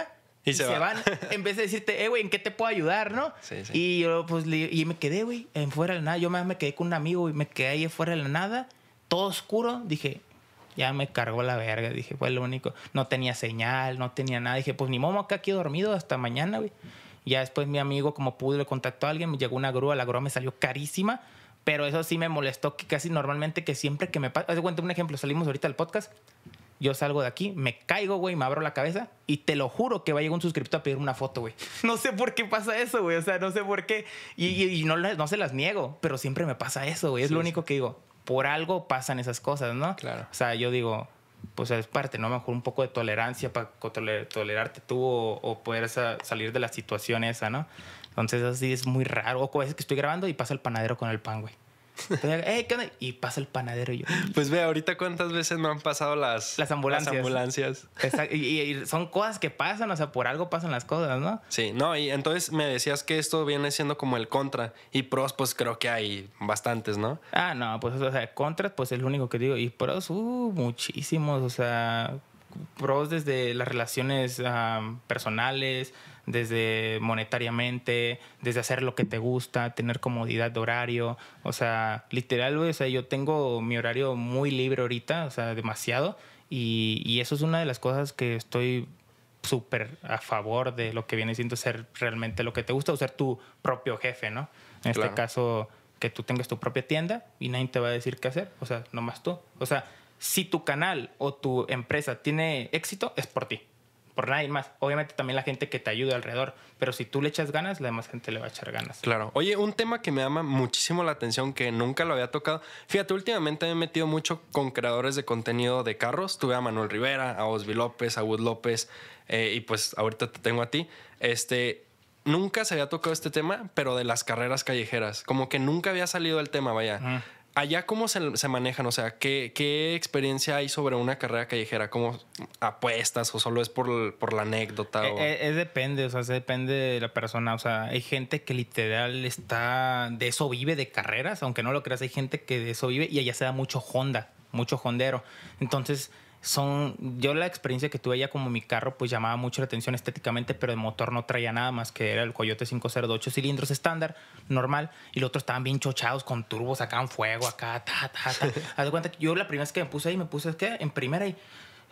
Y, y se, se va. van en vez de decirte, eh, güey, ¿en qué te puedo ayudar, no? Sí, sí. Y yo, pues, le, y me quedé, güey, en fuera de la nada. Yo me, me quedé con un amigo y me quedé ahí fuera de la nada, todo oscuro. Dije, ya me cargó la verga. Dije, fue lo único. No tenía señal, no tenía nada. Dije, pues ni modo, acá aquí dormido hasta mañana, güey. Ya después mi amigo, como pude, le contactó a alguien, me llegó una grúa. La grúa me salió carísima, pero eso sí me molestó, que casi normalmente, que siempre que me pasa... Haz de cuenta un ejemplo, salimos ahorita del podcast, yo salgo de aquí, me caigo, güey, me abro la cabeza y te lo juro que va a llegar un suscriptor a pedirme una foto, güey. No sé por qué pasa eso, güey. O sea, no sé por qué. Y, y, y no, no se las niego, pero siempre me pasa eso, güey. Es sí, lo único sí. que digo. Por algo pasan esas cosas, ¿no? Claro. O sea, yo digo, pues es parte, ¿no? Mejor un poco de tolerancia para toler, tolerarte tú o, o poder sa salir de la situación esa, ¿no? Entonces así es muy raro. O a veces que estoy grabando y pasa el panadero con el pan, güey. Entonces, hey, ¿qué onda? Y pasa el panadero y yo. Pues ve, ahorita cuántas veces no han pasado las, las ambulancias. Las ambulancias. Exacto. Y, y son cosas que pasan, o sea, por algo pasan las cosas, ¿no? Sí, no, y entonces me decías que esto viene siendo como el contra. Y pros, pues creo que hay bastantes, ¿no? Ah, no, pues, o sea, contras, pues es lo único que digo. Y pros, uh, muchísimos, o sea, pros desde las relaciones um, personales, desde monetariamente, desde hacer lo que te gusta, tener comodidad de horario. O sea, literal, güey, o sea, yo tengo mi horario muy libre ahorita, o sea, demasiado. Y, y eso es una de las cosas que estoy súper a favor de lo que viene siendo ser realmente lo que te gusta o ser tu propio jefe, ¿no? En claro. este caso, que tú tengas tu propia tienda y nadie te va a decir qué hacer. O sea, nomás tú. O sea, si tu canal o tu empresa tiene éxito, es por ti. Por nadie más. Obviamente también la gente que te ayude alrededor. Pero si tú le echas ganas, la demás gente le va a echar ganas. Claro. Oye, un tema que me llama muchísimo la atención, que nunca lo había tocado. Fíjate, últimamente me he metido mucho con creadores de contenido de carros. Tuve a Manuel Rivera, a Osby López, a Wood López. Eh, y pues ahorita te tengo a ti. Este... Nunca se había tocado este tema, pero de las carreras callejeras. Como que nunca había salido el tema, vaya. Uh-huh. Allá, ¿cómo se, se manejan? O sea, ¿qué, ¿qué experiencia hay sobre una carrera callejera? ¿Cómo apuestas o solo es por, por la anécdota? Es, o... es, es depende, o sea, se depende de la persona. O sea, hay gente que literal está... De eso vive, de carreras. Aunque no lo creas, hay gente que de eso vive y allá se da mucho Honda, mucho hondero. Entonces... Son, yo la experiencia que tuve allá como mi carro pues llamaba mucho la atención estéticamente, pero el motor no traía nada más que era el Coyote cinco cero de ocho cilindros estándar, normal, y los otros estaban bien chochados con turbos, sacaban fuego acá, ta, ta, ta. Haz de cuenta que yo la primera vez que me puse ahí, me puse, ¿qué? En primera y...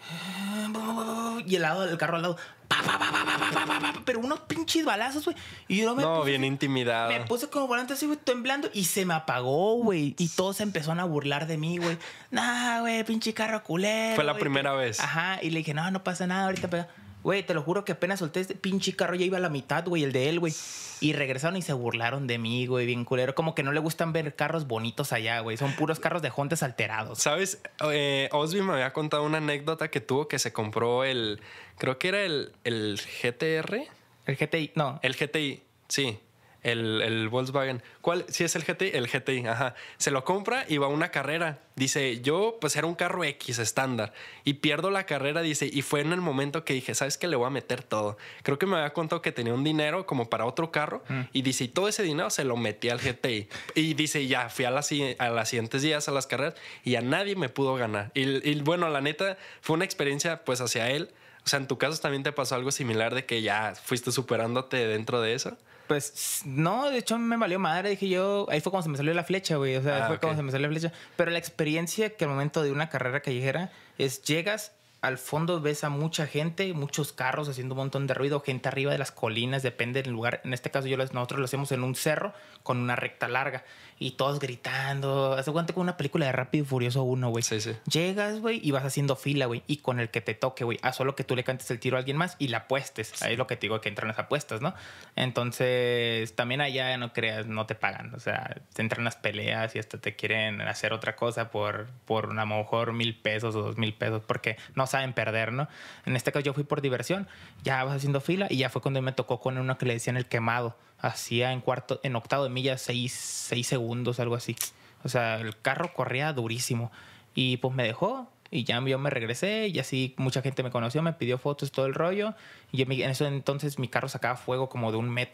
Y el lado del carro al lado... Pa, pa, pa, pa, pa, pa, pa, pa, pero unos pinches balazos, güey. Y yo me No, puse, bien intimidado. Me puse como volante así, güey, temblando. Y se me apagó, güey. Y todos se empezaron a burlar de mí, güey. Nah, güey, pinche carro culero. Fue la güey. primera vez. Ajá. Y le dije, no, no pasa nada, ahorita pega. Güey, te lo juro que apenas solté este pinche carro, ya iba a la mitad, güey, el de él, güey. Y regresaron y se burlaron de mí, güey, bien culero. Como que no le gustan ver carros bonitos allá, güey. Son puros carros de Hondas alterados. ¿Sabes? Eh, Osby me había contado una anécdota que tuvo que se compró el... Creo que era el, el G T R. El G T I, no. El G T I, sí. El, el Volkswagen. ¿Cuál? Sí, es el G T I. El G T I, ajá. Se lo compra y va a una carrera. Dice, yo, pues era un carro X estándar. Y pierdo la carrera, dice. Y fue en el momento que dije, ¿sabes qué? Le voy a meter todo. Creo que me había contado que tenía un dinero como para otro carro. Mm. Y dice, y todo ese dinero se lo metí al G T I. Y dice, ya, fui a las, a las siguientes días a las carreras y a nadie me pudo ganar. Y, y bueno, la neta, fue una experiencia, pues, hacia él. O sea, ¿en tu caso también te pasó algo similar de que ya fuiste superándote dentro de eso? Pues no, de hecho me valió madre, dije yo, ahí fue cuando se me salió la flecha, güey, o sea, ah, fue okay. cuando se me salió la flecha. Pero la experiencia que al momento de una carrera callejera es llegas, al fondo ves a mucha gente, muchos carros haciendo un montón de ruido, gente arriba de las colinas, depende del lugar. En este caso yo nosotros lo hacemos en un cerro con una recta larga y todos gritando. Haz de cuenta con una película de Rápido y Furioso uno, güey. Sí, sí. Llegas, güey, y vas haciendo fila, güey, y con el que te toque, güey, a solo que tú le cantes el tiro a alguien más y la apuestes. Sí. Ahí es lo que te digo, que entran las apuestas, ¿no? Entonces, también allá, no creas, no te pagan. O sea, te entran las peleas y hasta te quieren hacer otra cosa por, por a lo mejor mil pesos o dos mil pesos porque no saben perder, ¿no? En este caso yo fui por diversión, ya vas haciendo fila y ya fue cuando me tocó con uno que le decían el quemado. Hacía en cuarto, en octavo de milla seis, seis segundos, algo así. O sea, el carro corría durísimo. Y pues me dejó y ya yo me regresé y así mucha gente me conoció, me pidió fotos, todo el rollo. Y en eso entonces mi carro sacaba fuego como de un metro.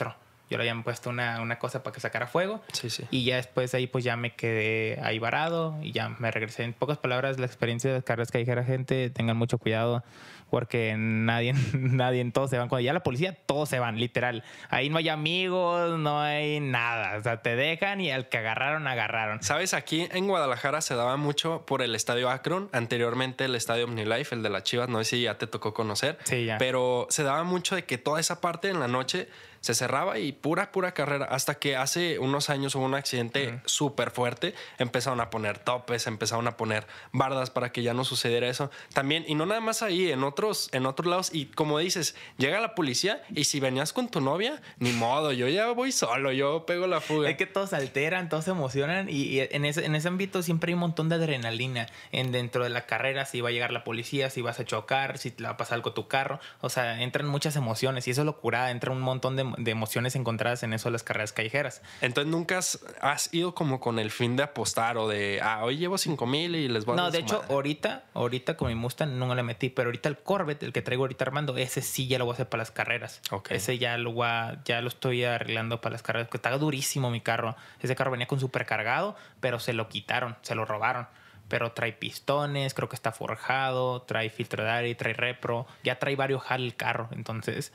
Yo le habían puesto una, una cosa para que sacara fuego. Sí, sí. Y ya después ahí pues ya me quedé ahí varado y ya me regresé. En pocas palabras, la experiencia de las carreras callejeras, gente, tengan mucho cuidado porque nadie, nadie, todos se van. Cuando ya la policía, todos se van, literal. Ahí no hay amigos, no hay nada. O sea, te dejan y al que agarraron, agarraron. ¿Sabes? Aquí en Guadalajara se daba mucho por el Estadio Akron, anteriormente el Estadio OmniLife, el de las Chivas, no sé si ya te tocó conocer. Sí, ya. Pero se daba mucho de que toda esa parte en la noche se cerraba y pura, pura carrera. Hasta que hace unos años hubo un accidente uh-huh. súper fuerte. Empezaron a poner topes, empezaron a poner bardas para que ya no sucediera eso. También, y no nada más ahí, en otros, en otros lados. Y como dices, llega la policía y si venías con tu novia, ni modo, yo ya voy solo, yo pego la fuga. Es que todos se alteran, todos se emocionan y, y en, ese, en ese ámbito siempre hay un montón de adrenalina en dentro de la carrera. Si va a llegar la policía, si vas a chocar, si te va a pasar algo a tu carro. O sea, entran muchas emociones y eso es locura. Entra un montón de de emociones encontradas en eso de las carreras callejeras. Entonces nunca has, has ido como con el fin de apostar o de, ah, hoy llevo cinco mil y les voy a No, dar de su hecho, madre. ahorita, ahorita con mi Mustang no le metí, pero ahorita el Corvette, el que traigo ahorita armando, ese sí ya lo voy a hacer para las carreras. Okay. Ese ya lo, voy a, ya lo estoy arreglando para las carreras, que está durísimo mi carro. Ese carro venía con supercargado, pero se lo quitaron, se lo robaron. Pero trae pistones, creo que está forjado, trae filtro de aire, trae repro, ya trae varios H A L el carro, entonces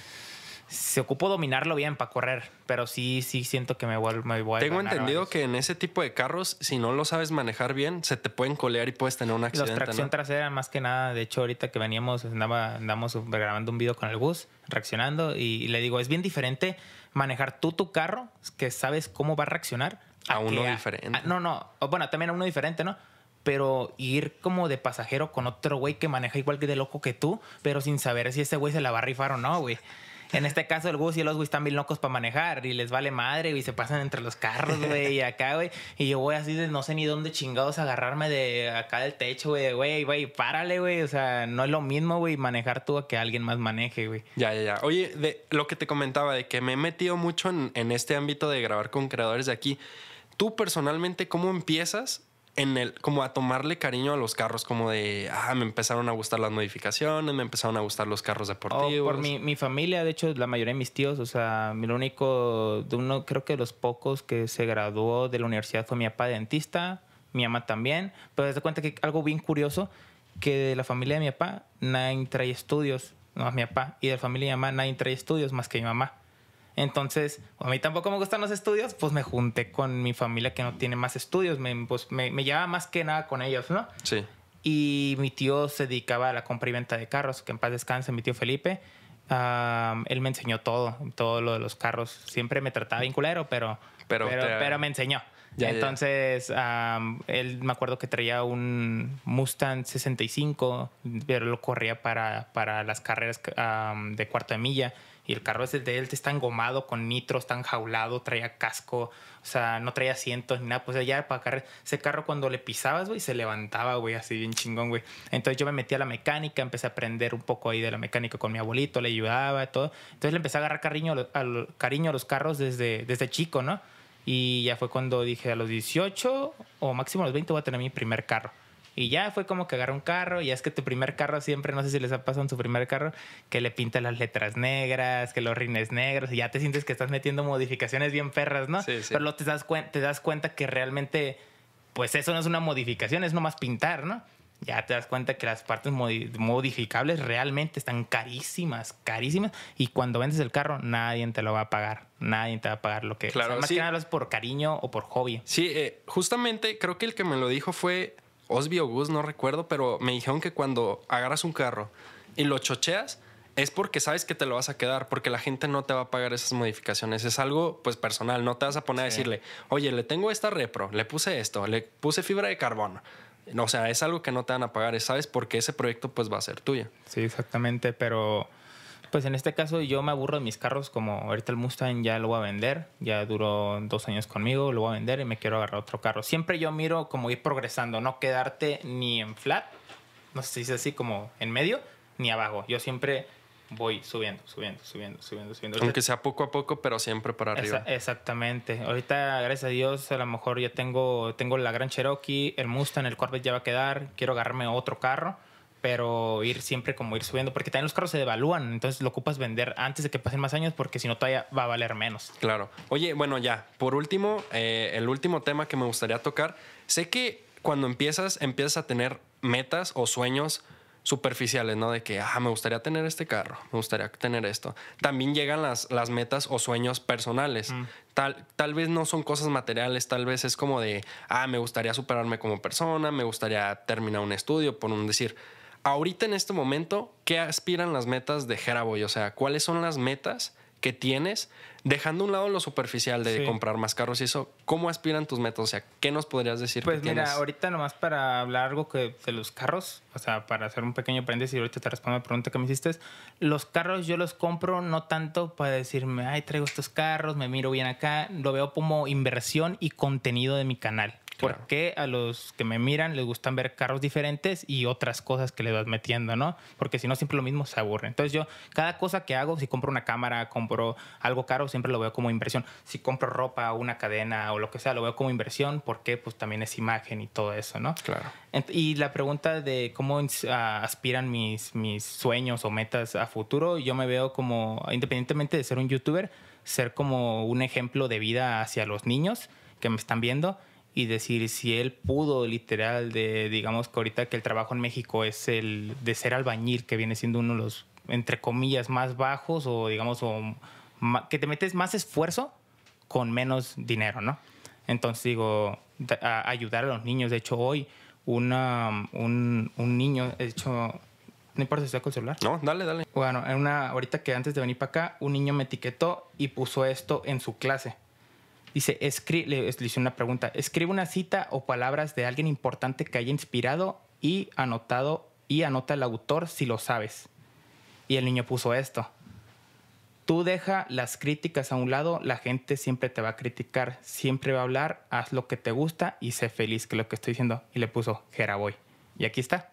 se ocupó dominarlo bien para correr, pero sí, sí siento que me voy, me voy a Tengo ganar entendido varios. que en ese tipo de carros, si no lo sabes manejar bien, se te pueden colear y puedes tener un accidente. Los tracción ¿no? trasera, más que nada. De hecho, ahorita que veníamos, andaba, andamos grabando un video con el bus, reaccionando, y, y le digo, es bien diferente manejar tú tu carro, que sabes cómo va a reaccionar. A, a uno que, diferente. A, no, no. Bueno, también a uno diferente, ¿no? Pero ir como de pasajero con otro güey que maneja igual que de loco que tú, pero sin saber si ese güey se la va a rifar o no, güey. En este caso, el Gus y los güey están bien locos para manejar y les vale madre, güey. Se pasan entre los carros, güey, y acá, güey. Y yo voy así de no sé ni dónde chingados agarrarme de acá del techo, güey. Güey, güey, párale, güey. O sea, no es lo mismo, güey, manejar tú a que alguien más maneje, güey. Ya, ya, ya. Oye, de lo que te comentaba, de que me he metido mucho en, en este ámbito de grabar con creadores de aquí. Tú, personalmente, ¿cómo empiezas en el, como a tomarle cariño a los carros? Como de, ah, me empezaron a gustar las modificaciones, me empezaron a gustar los carros deportivos. Oh, por mi, mi familia, de hecho, la mayoría de mis tíos, o sea, mi único, de uno, creo que de los pocos que se graduó de la universidad fue mi papá dentista, mi mamá también. Pero te das cuenta que algo bien curioso, que de la familia de mi papá, nadie trae estudios, no, mi papá, y de la familia de mi mamá, nadie trae estudios más que mi mamá. Entonces, a mí tampoco me gustan los estudios, pues me junté con mi familia que no tiene más estudios. Me, pues, me, me llevaba más que nada con ellos, ¿no? Sí. Y mi tío se dedicaba a la compra y venta de carros, que en paz descanse, mi tío Felipe. Um, él me enseñó todo, todo lo de los carros. Siempre me trataba bien culero, pero, pero, pero, te... pero me enseñó. Ya, Entonces, ya. Um, él me acuerdo que traía un Mustang sesenta y cinco, pero lo corría para, para las carreras um, de cuarto de milla. Y el carro ese de él está engomado con nitro, está enjaulado, traía casco, o sea, no traía asientos ni nada. Pues ya para carrer. Ese carro cuando le pisabas, güey, se levantaba, güey, así bien chingón, güey. Entonces yo me metí a la mecánica, empecé a aprender un poco ahí de la mecánica con mi abuelito, le ayudaba y todo. Entonces le empecé a agarrar cariño a, lo, a lo, cariño a los carros desde, desde chico, ¿no? Y ya fue cuando dije a los dieciocho o máximo a los veinte voy a tener mi primer carro. Y ya fue como que agarré un carro. Y es que tu primer carro siempre, no sé si les ha pasado en su primer carro, que le pintan las letras negras, que los rines negros. Y ya te sientes que estás metiendo modificaciones bien perras, ¿no? Sí, sí. Pero luego te das, te das cuenta que realmente, pues eso no es una modificación, es nomás pintar, ¿no? Ya te das cuenta que las partes modificables realmente están carísimas, carísimas. Y cuando vendes el carro, nadie te lo va a pagar. Nadie te va a pagar lo que... Claro, o sea, más sí. que nada lo es por cariño o por hobby. Sí, eh, justamente creo que el que me lo dijo fue Osby o Gus, no recuerdo, pero me dijeron que cuando agarras un carro y lo chocheas, es porque sabes que te lo vas a quedar, porque la gente no te va a pagar esas modificaciones. Es algo, pues, personal. No te vas a poner sí. a decirle, oye, le tengo esta repro, le puse esto, le puse fibra de carbono. No, o sea, es algo que no te van a pagar, ¿sabes? Porque ese proyecto, pues, va a ser tuyo. Sí, exactamente, pero... Pues en este caso yo me aburro de mis carros, como ahorita el Mustang ya lo voy a vender, ya duró dos años conmigo, lo voy a vender y me quiero agarrar otro carro. Siempre yo miro como ir progresando, no quedarte ni en flat, no sé si es así como en medio, ni abajo. Yo siempre voy subiendo, subiendo, subiendo, subiendo, subiendo. Aunque sea poco a poco, pero siempre para arriba. Esa, exactamente. Ahorita, gracias a Dios, a lo mejor ya tengo, tengo la Gran Cherokee, el Mustang, el Corvette ya va a quedar, quiero agarrarme otro carro. pero ir siempre como ir subiendo, porque también los carros se devalúan, entonces lo ocupas vender antes de que pasen más años, porque si no todavía va a valer menos. Claro. Oye, bueno, ya, por último, eh, el último tema que me gustaría tocar, sé que cuando empiezas, empiezas a tener metas o sueños superficiales, ¿no? De que, ah, me gustaría tener este carro, me gustaría tener esto. También llegan las, las metas o sueños personales. Mm. Tal, tal vez no son cosas materiales, tal vez es como de, ah, me gustaría superarme como persona, me gustaría terminar un estudio, por un decir. Ahorita en este momento, ¿qué aspiran las metas de Jeraboy? O sea, ¿cuáles son las metas que tienes? Dejando a un lado lo superficial de sí. comprar más carros y eso, ¿cómo aspiran tus metas? O sea, ¿qué nos podrías decir pues que mira, tienes? Ahorita nomás para hablar algo que de los carros, o sea, para hacer un pequeño paréntesis y ahorita te respondo la pregunta que me hiciste. Los carros yo los compro no tanto para decirme, ay, traigo estos carros, me miro bien acá. Lo veo como inversión y contenido de mi canal. Claro. Porque a los que me miran les gustan ver carros diferentes y otras cosas que le vas metiendo, ¿no? Porque si no, siempre lo mismo se aburre. Entonces yo, cada cosa que hago, si compro una cámara, compro algo caro, siempre lo veo como inversión. Si compro ropa, una cadena o lo que sea, lo veo como inversión porque pues también es imagen y todo eso, ¿no? Claro. Y la pregunta de cómo uh, aspiran mis, mis sueños o metas a futuro, yo me veo como, independientemente de ser un youtuber, ser como un ejemplo de vida hacia los niños que me están viendo. Y decir, si él pudo, literal, de, digamos que ahorita que el trabajo en México es el de ser albañil, que viene siendo uno de los, entre comillas, más bajos, o digamos, o, que te metes más esfuerzo con menos dinero, ¿no? Entonces digo, a ayudar a los niños. De hecho, hoy una, un, un niño, de hecho, no importa si está con el celular. No, dale, dale. Bueno, en una, ahorita que antes de venir para acá, un niño me etiquetó y puso esto en su clase. Dice, escri- le, le hice una pregunta. Escribe una cita o palabras de alguien importante que haya inspirado y anotado y anota el autor si lo sabes. Y el niño puso esto. Tú deja las críticas a un lado, la gente siempre te va a criticar, siempre va a hablar, haz lo que te gusta y sé feliz, que es lo que estoy diciendo. Y le puso Jeraboy. Y aquí está.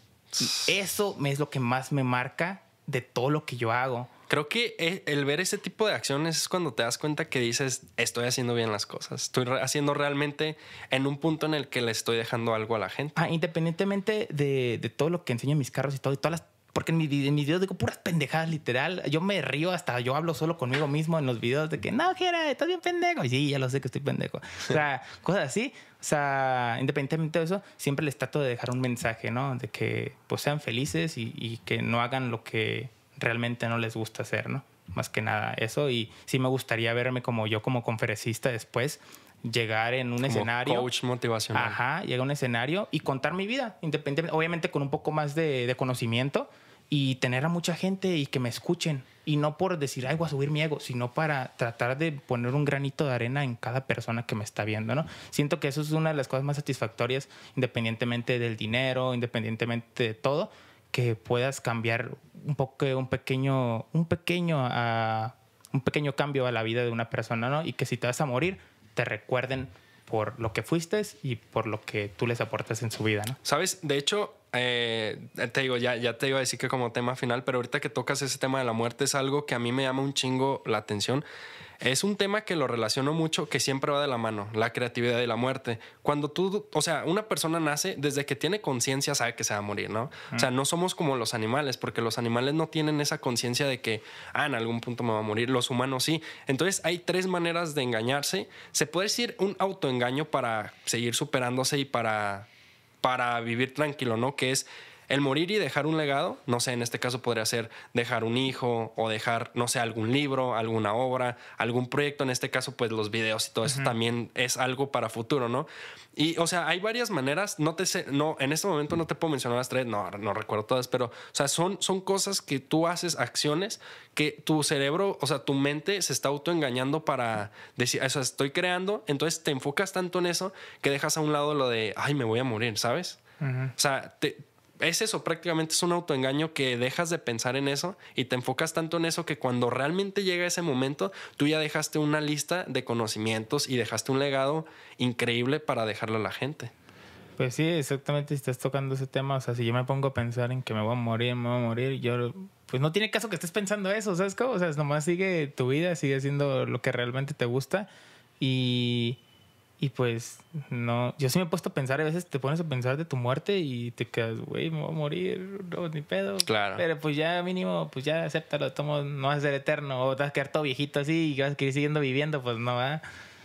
Y eso es lo que más me marca de todo lo que yo hago. Creo que el ver ese tipo de acciones es cuando te das cuenta que dices, estoy haciendo bien las cosas. Estoy haciendo realmente en un punto en el que le estoy dejando algo a la gente. Ah, independientemente de, de todo lo que enseño en mis carros y todo, y todas las... Porque en, mi, en mis videos digo puras pendejadas, literal. Yo me río, hasta yo hablo solo conmigo mismo en los videos de que, no, Jera, estás bien pendejo. Y sí, ya lo sé que estoy pendejo. O sea, cosas así. O sea, independientemente de eso, siempre les trato de dejar un mensaje, ¿no? De que pues sean felices y, y que no hagan lo que realmente no les gusta hacer, ¿no? Más que nada eso. Y sí me gustaría verme como yo como conferencista después, llegar en un como escenario. Coach motivacional. Ajá, llegar a un escenario y contar mi vida, independientemente, obviamente con un poco más de, de conocimiento y tener a mucha gente y que me escuchen. Y no por decir, ay, voy a subir mi ego, sino para tratar de poner un granito de arena en cada persona que me está viendo, ¿no? Siento que eso es una de las cosas más satisfactorias, independientemente del dinero, independientemente de todo, que puedas cambiar un poco, un pequeño, un pequeño, uh, un pequeño cambio a la vida de una persona, ¿no? Y que si te vas a morir, te recuerden por lo que fuiste y por lo que tú les aportas en su vida, ¿no? ¿Sabes? De hecho, eh, te digo, ya, ya te iba a decir que como tema final, pero ahorita que tocas ese tema de la muerte es algo que a mí me llama un chingo la atención. Es un tema que lo relaciono mucho, que siempre va de la mano, la creatividad y la muerte. Cuando tú, o sea, una persona nace, desde que tiene conciencia sabe que se va a morir, ¿no? Mm. O sea, no somos como los animales, porque los animales no tienen esa conciencia de que, ah, en algún punto me va a morir. Los humanos sí. Entonces hay tres maneras de engañarse. Se puede decir un autoengaño para seguir superándose y para, para vivir tranquilo, ¿no? Que es el morir y dejar un legado. No sé, en este caso podría ser dejar un hijo o dejar, no sé, algún libro, alguna obra, algún proyecto. En este caso, pues los videos y todo eso uh-huh. también es algo para futuro, ¿no? Y, o sea, hay varias maneras. No te sé, no, en este momento no te puedo mencionar las tres, no, no recuerdo todas, pero, o sea, son, son cosas que tú haces, acciones que tu cerebro, o sea, tu mente se está autoengañando para decir, o sea, estoy creando. Entonces te enfocas tanto en eso que dejas a un lado lo de, ay, me voy a morir, ¿sabes? Uh-huh. O sea, te... es eso, prácticamente es un autoengaño que dejas de pensar en eso y te enfocas tanto en eso que cuando realmente llega ese momento, tú ya dejaste una lista de conocimientos y dejaste un legado increíble para dejarlo a la gente. Pues sí, exactamente, si estás tocando ese tema, o sea, si yo me pongo a pensar en que me voy a morir, me voy a morir, yo, pues no tiene caso que estés pensando eso, ¿sabes cómo? O sea, nomás sigue tu vida, sigue haciendo lo que realmente te gusta y... Y pues, no, yo sí me he puesto a pensar, a veces te pones a pensar de tu muerte y te quedas, güey, me voy a morir, no, ni pedo. Claro. Pero pues ya mínimo, pues ya acéptalo, tomo, no vas a ser eterno, o te vas a quedar todo viejito así y vas a seguir siguiendo viviendo, pues no va.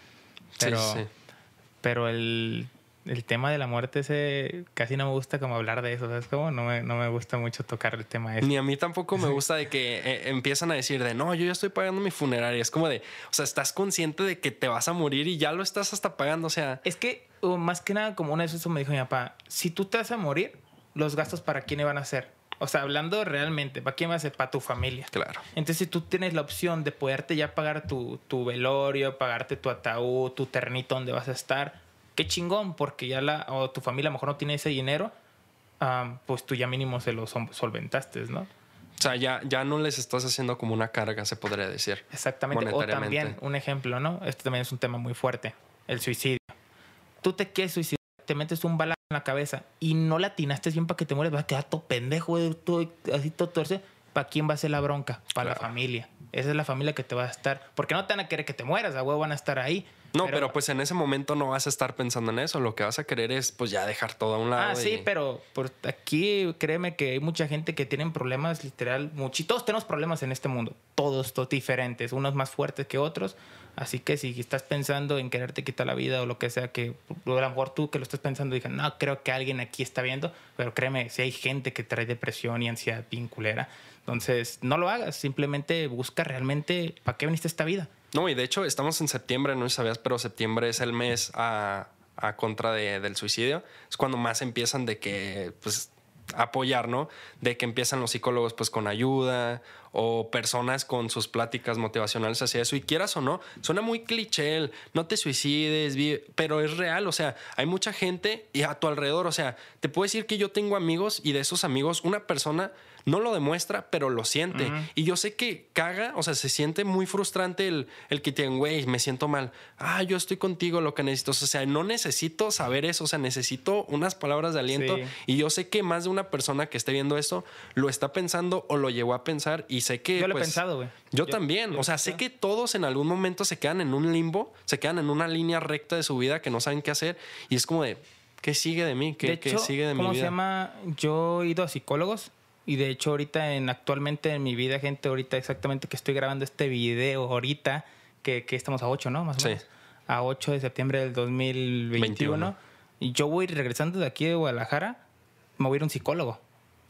Pero, sí, sí. pero el, el tema de la muerte ese casi no me gusta como hablar de eso, ¿sabes cómo? No me, no me gusta mucho tocar el tema ese. Ni a mí tampoco me gusta de que eh, empiezan a decir de no, yo ya estoy pagando mi funeraria. Es como de, o sea, estás consciente de que te vas a morir y ya lo estás hasta pagando, o sea. Es que, uh, más que nada, como una vez eso me dijo mi papá, si tú te vas a morir, los gastos para quién van a ser. O sea, hablando realmente, ¿para quién va a ser? Para tu familia. Claro. Entonces, si tú tienes la opción de poderte ya pagar tu, tu velorio, pagarte tu ataúd, tu ternito donde vas a estar, qué chingón, porque ya la, o tu familia a lo mejor no tiene ese dinero, um, pues tú ya mínimo se lo solventaste, ¿no? O sea, ya, ya no les estás haciendo como una carga, se podría decir. Exactamente. O también, un ejemplo, ¿no? Este también es un tema muy fuerte, el suicidio. Tú te quieres suicidar, te metes un balazo en la cabeza y no la atinaste bien para que te mueras, vas a quedar todo pendejo, todo, así todo torce. ¿Para quién va a ser la bronca? Para claro. La familia. Esa es la familia que te va a estar. Porque no te van a querer que te mueras, a huevo van a estar ahí. No, pero, pero pues en ese momento no vas a estar pensando en eso. Lo que vas a querer es pues ya dejar todo a un lado. Ah, sí, y... pero por aquí créeme que hay mucha gente que tiene problemas literal. Mucho, todos tenemos problemas en este mundo. Todos, todos diferentes. Unos más fuertes que otros. Así que si estás pensando en quererte quitar la vida o lo que sea, que a lo mejor tú que lo estás pensando digas, no, creo que alguien aquí está viendo. Pero créeme, si hay gente que trae depresión y ansiedad bien culera. Entonces, no lo hagas. Simplemente busca realmente para qué viniste esta vida. No, y de hecho estamos en septiembre, no sé si sabías, pero septiembre es el mes a, a contra de, del suicidio. Es cuando más empiezan de que, pues, apoyar, ¿no? De que empiezan los psicólogos, pues, con ayuda o personas con sus pláticas motivacionales hacia eso. Y quieras o no, suena muy cliché el no te suicides, pero es real. O sea, hay mucha gente y a tu alrededor. O sea, te puedo decir que yo tengo amigos y de esos amigos una persona no lo demuestra, pero lo siente. Uh-huh. Y yo sé que caga, o sea, se siente muy frustrante el, el que te digan, güey, me siento mal. Ah, yo estoy contigo, lo que necesito. O sea, no necesito saber eso. O sea, necesito unas palabras de aliento. Sí. Y yo sé que más de una persona que esté viendo esto lo está pensando o lo llegó a pensar. Y sé que, yo lo pues, he pensado, güey. Yo, yo también. Yo o sea, sé que todos en algún momento se quedan en un limbo, se quedan en una línea recta de su vida que no saben qué hacer. Y es como de, ¿qué sigue de mí? ¿Qué, de hecho, ¿qué sigue de mi vida? ¿cómo se llama? Yo he ido a psicólogos. Y de hecho ahorita, en, actualmente en mi vida, gente, ahorita exactamente que estoy grabando este video ahorita, que, que estamos a ocho, ¿no? Más o sí. menos. A ocho de septiembre del dos mil veintiuno. veintiuno. Y yo voy regresando de aquí de Guadalajara, me voy a ir a un psicólogo.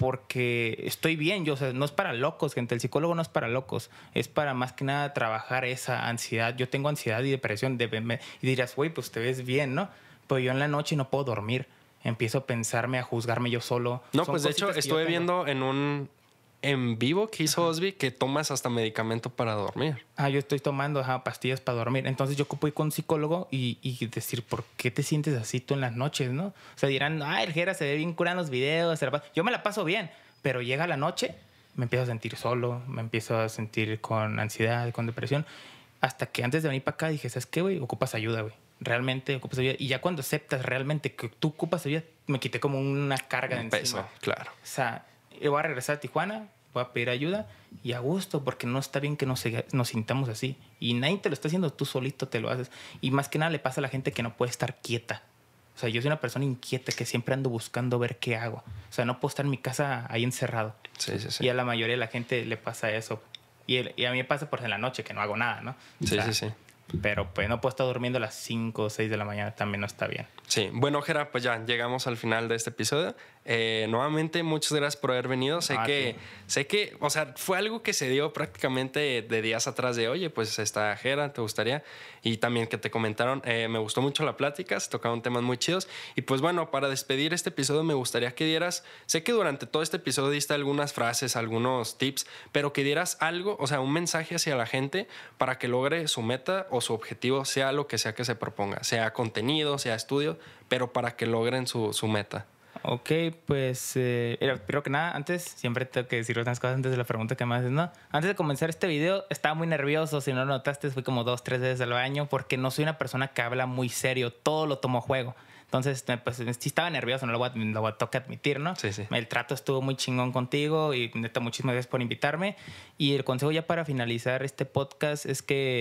Porque estoy bien, yo, o sea, no es para locos, gente. El psicólogo no es para locos. Es para más que nada trabajar esa ansiedad. Yo tengo ansiedad y depresión. De, me, y dirás, güey, pues te ves bien, ¿no? Pero yo en la noche no puedo dormir. Empiezo a pensarme, a juzgarme yo solo. No, Son pues de hecho estuve viendo en un en vivo que hizo Osby que tomas hasta medicamento para dormir. Ah, yo estoy tomando ajá, pastillas para dormir. Entonces yo ocupo ir con un psicólogo y, y decir, ¿por qué te sientes así tú en las noches, no? O sea, dirán, ah, el Jera se ve bien cura en los videos. Yo me la paso bien, pero llega la noche, me empiezo a sentir solo, me empiezo a sentir con ansiedad, con depresión. Hasta que antes de venir para acá dije, ¿sabes qué, güey? Ocupas ayuda, güey. Realmente ocupas ayuda. Y ya cuando aceptas realmente que tú ocupas ayuda, me quité como una carga de encima. Peso, claro. O sea, yo voy a regresar a Tijuana, voy a pedir ayuda y a gusto, porque no está bien que nos, nos sintamos así. Y nadie te lo está haciendo, tú solito te lo haces. Y más que nada le pasa a la gente que no puede estar quieta. O sea, yo soy una persona inquieta que siempre ando buscando ver qué hago. O sea, no puedo estar en mi casa ahí encerrado. Sí, sí, sí. Y a la mayoría de la gente le pasa eso. Y, el, y a mí me pasa por en la noche que no hago nada, ¿no? O sí, sea, sí, sí. Pero pues no puedo estar durmiendo a las cinco o seis de la mañana, también no está bien. Sí, bueno, Jera, pues ya llegamos al final de este episodio. Eh, nuevamente, muchas gracias por haber venido. Sé, ah, que, sí. sé que, o sea, fue algo que se dio prácticamente de días atrás de, oye, pues está Jera, ¿te gustaría? Y también que te comentaron, eh, me gustó mucho la plática, se tocaron temas muy chidos. Y pues bueno, para despedir este episodio me gustaría que dieras, sé que durante todo este episodio diste algunas frases, algunos tips, pero que dieras algo, o sea, un mensaje hacia la gente para que logre su meta o su objetivo, sea lo que sea que se proponga, sea contenido, sea estudio, pero para que logren su, su meta. Ok, pues eh, primero que nada, antes siempre tengo que decir unas cosas antes de la pregunta que me haces, ¿no? Antes de comenzar este video estaba muy nervioso, si no lo notaste fui como dos, tres veces al baño porque no soy una persona que habla muy serio, todo lo tomo a juego. Entonces, pues sí estaba nervioso, no lo voy a, lo voy a tocar admitir, ¿no? Sí, sí. El trato estuvo muy chingón contigo y neta, muchísimas gracias por invitarme. Y el consejo ya para finalizar este podcast es que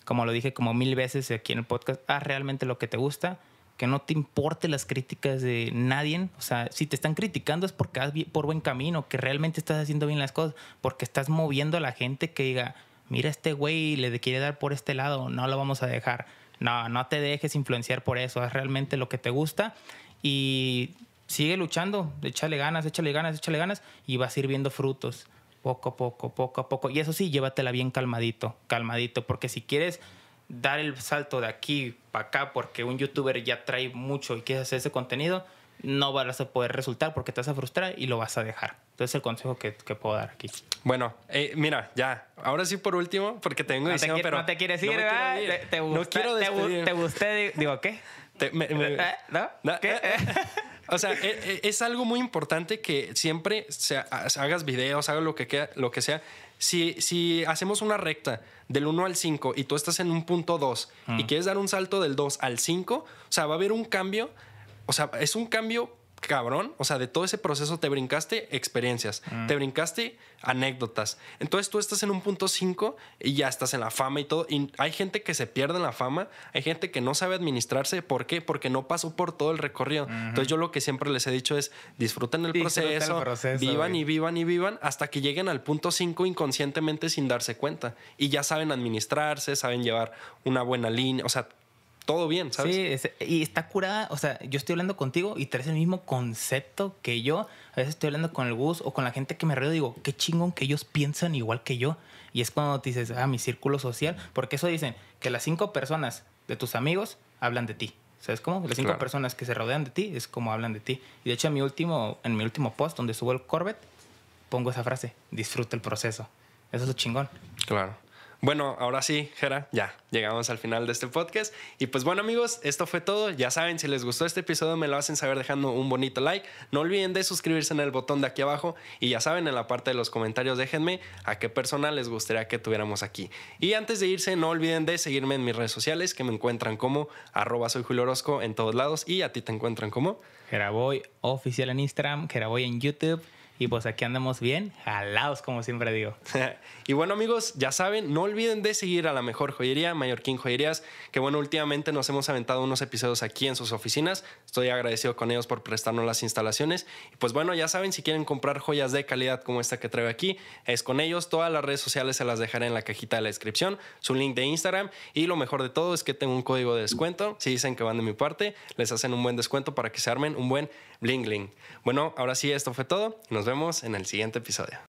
como lo dije como mil veces aquí en el podcast, haz realmente lo que te gusta, que no te importe las críticas de nadie. O sea, si te están criticando es porque vas por buen camino, que realmente estás haciendo bien las cosas, porque estás moviendo a la gente que diga, mira, este güey le quiere dar por este lado, no lo vamos a dejar. No, no te dejes influenciar por eso, haz realmente lo que te gusta y sigue luchando, échale ganas, échale ganas, échale ganas y vas a ir viendo frutos poco a poco, poco a poco. Y eso sí, llévatela bien calmadito, calmadito, porque si quieres dar el salto de aquí para acá porque un youtuber ya trae mucho y quieres hacer ese contenido, no vas a poder resultar porque te vas a frustrar y lo vas a dejar. Entonces es el consejo que, que puedo dar aquí. Bueno, eh, mira, ya. Ahora sí por último, porque te vengo no diciendo, te pero... No te quieres ir, no ¿verdad? Ir. Te, te gusta, no quiero despedir. Te, te gusté, digo, ¿qué? Te, me, me, ¿No? ¿No? ¿Qué? O sea, es, es algo muy importante que siempre se, hagas videos, hagas lo que, queda, lo que sea. Si, si hacemos una recta del uno al cinco y tú estás en un punto dos mm. y quieres dar un salto del dos al cinco, o sea, va a haber un cambio. O sea, es un cambio cabrón. O sea, de todo ese proceso te brincaste experiencias, mm. te brincaste anécdotas. Entonces tú estás en un punto cinco y ya estás en la fama y todo. Y hay gente que se pierde en la fama, hay gente que no sabe administrarse. ¿Por qué? Porque no pasó por todo el recorrido. Uh-huh. Entonces yo lo que siempre les he dicho es disfruten el Disfruta proceso, el proceso, vivan güey. y vivan y vivan hasta que lleguen al punto cinco inconscientemente sin darse cuenta. Y ya saben administrarse, saben llevar una buena línea. O sea, todo bien, ¿sabes? Sí, es, y está curada. O sea, yo estoy hablando contigo y traes el mismo concepto que yo. A veces estoy hablando con el Gus o con la gente que me rodea y digo, qué chingón que ellos piensan igual que yo. Y es cuando te dices, ah, mi círculo social. Porque eso dicen, que las cinco personas de tus amigos hablan de ti. ¿Sabes cómo? Las cinco claro. personas que se rodean de ti es como hablan de ti. Y de hecho, en mi último, en mi último post, donde subo el Corvette, pongo esa frase, disfruta el proceso. Eso es lo chingón. Claro. Bueno, ahora sí, Jera, ya llegamos al final de este podcast. Y pues bueno, amigos, esto fue todo. Ya saben, si les gustó este episodio, me lo hacen saber dejando un bonito like. No olviden de suscribirse en el botón de aquí abajo. Y ya saben, en la parte de los comentarios déjenme a qué persona les gustaría que tuviéramos aquí. Y antes de irse, no olviden de seguirme en mis redes sociales, que me encuentran como arroba soy Julio Orozco en todos lados. Y a ti te encuentran como Jeraboy oficial en Instagram, Jeraboy en YouTube. Y pues aquí andamos bien, jalados, como siempre digo. Y bueno, amigos, ya saben, no olviden de seguir a la mejor joyería, Mallorquín Joyerías, que bueno, últimamente nos hemos aventado unos episodios aquí en sus oficinas. Estoy agradecido con ellos por prestarnos las instalaciones. Y pues bueno, ya saben, si quieren comprar joyas de calidad como esta que traigo aquí, es con ellos. Todas las redes sociales se las dejaré en la cajita de la descripción, su link de Instagram. Y lo mejor de todo es que tengo un código de descuento. Si dicen que van de mi parte, les hacen un buen descuento para que se armen un buen bling bling. Bueno, ahora sí, esto fue todo y nos vemos en el siguiente episodio.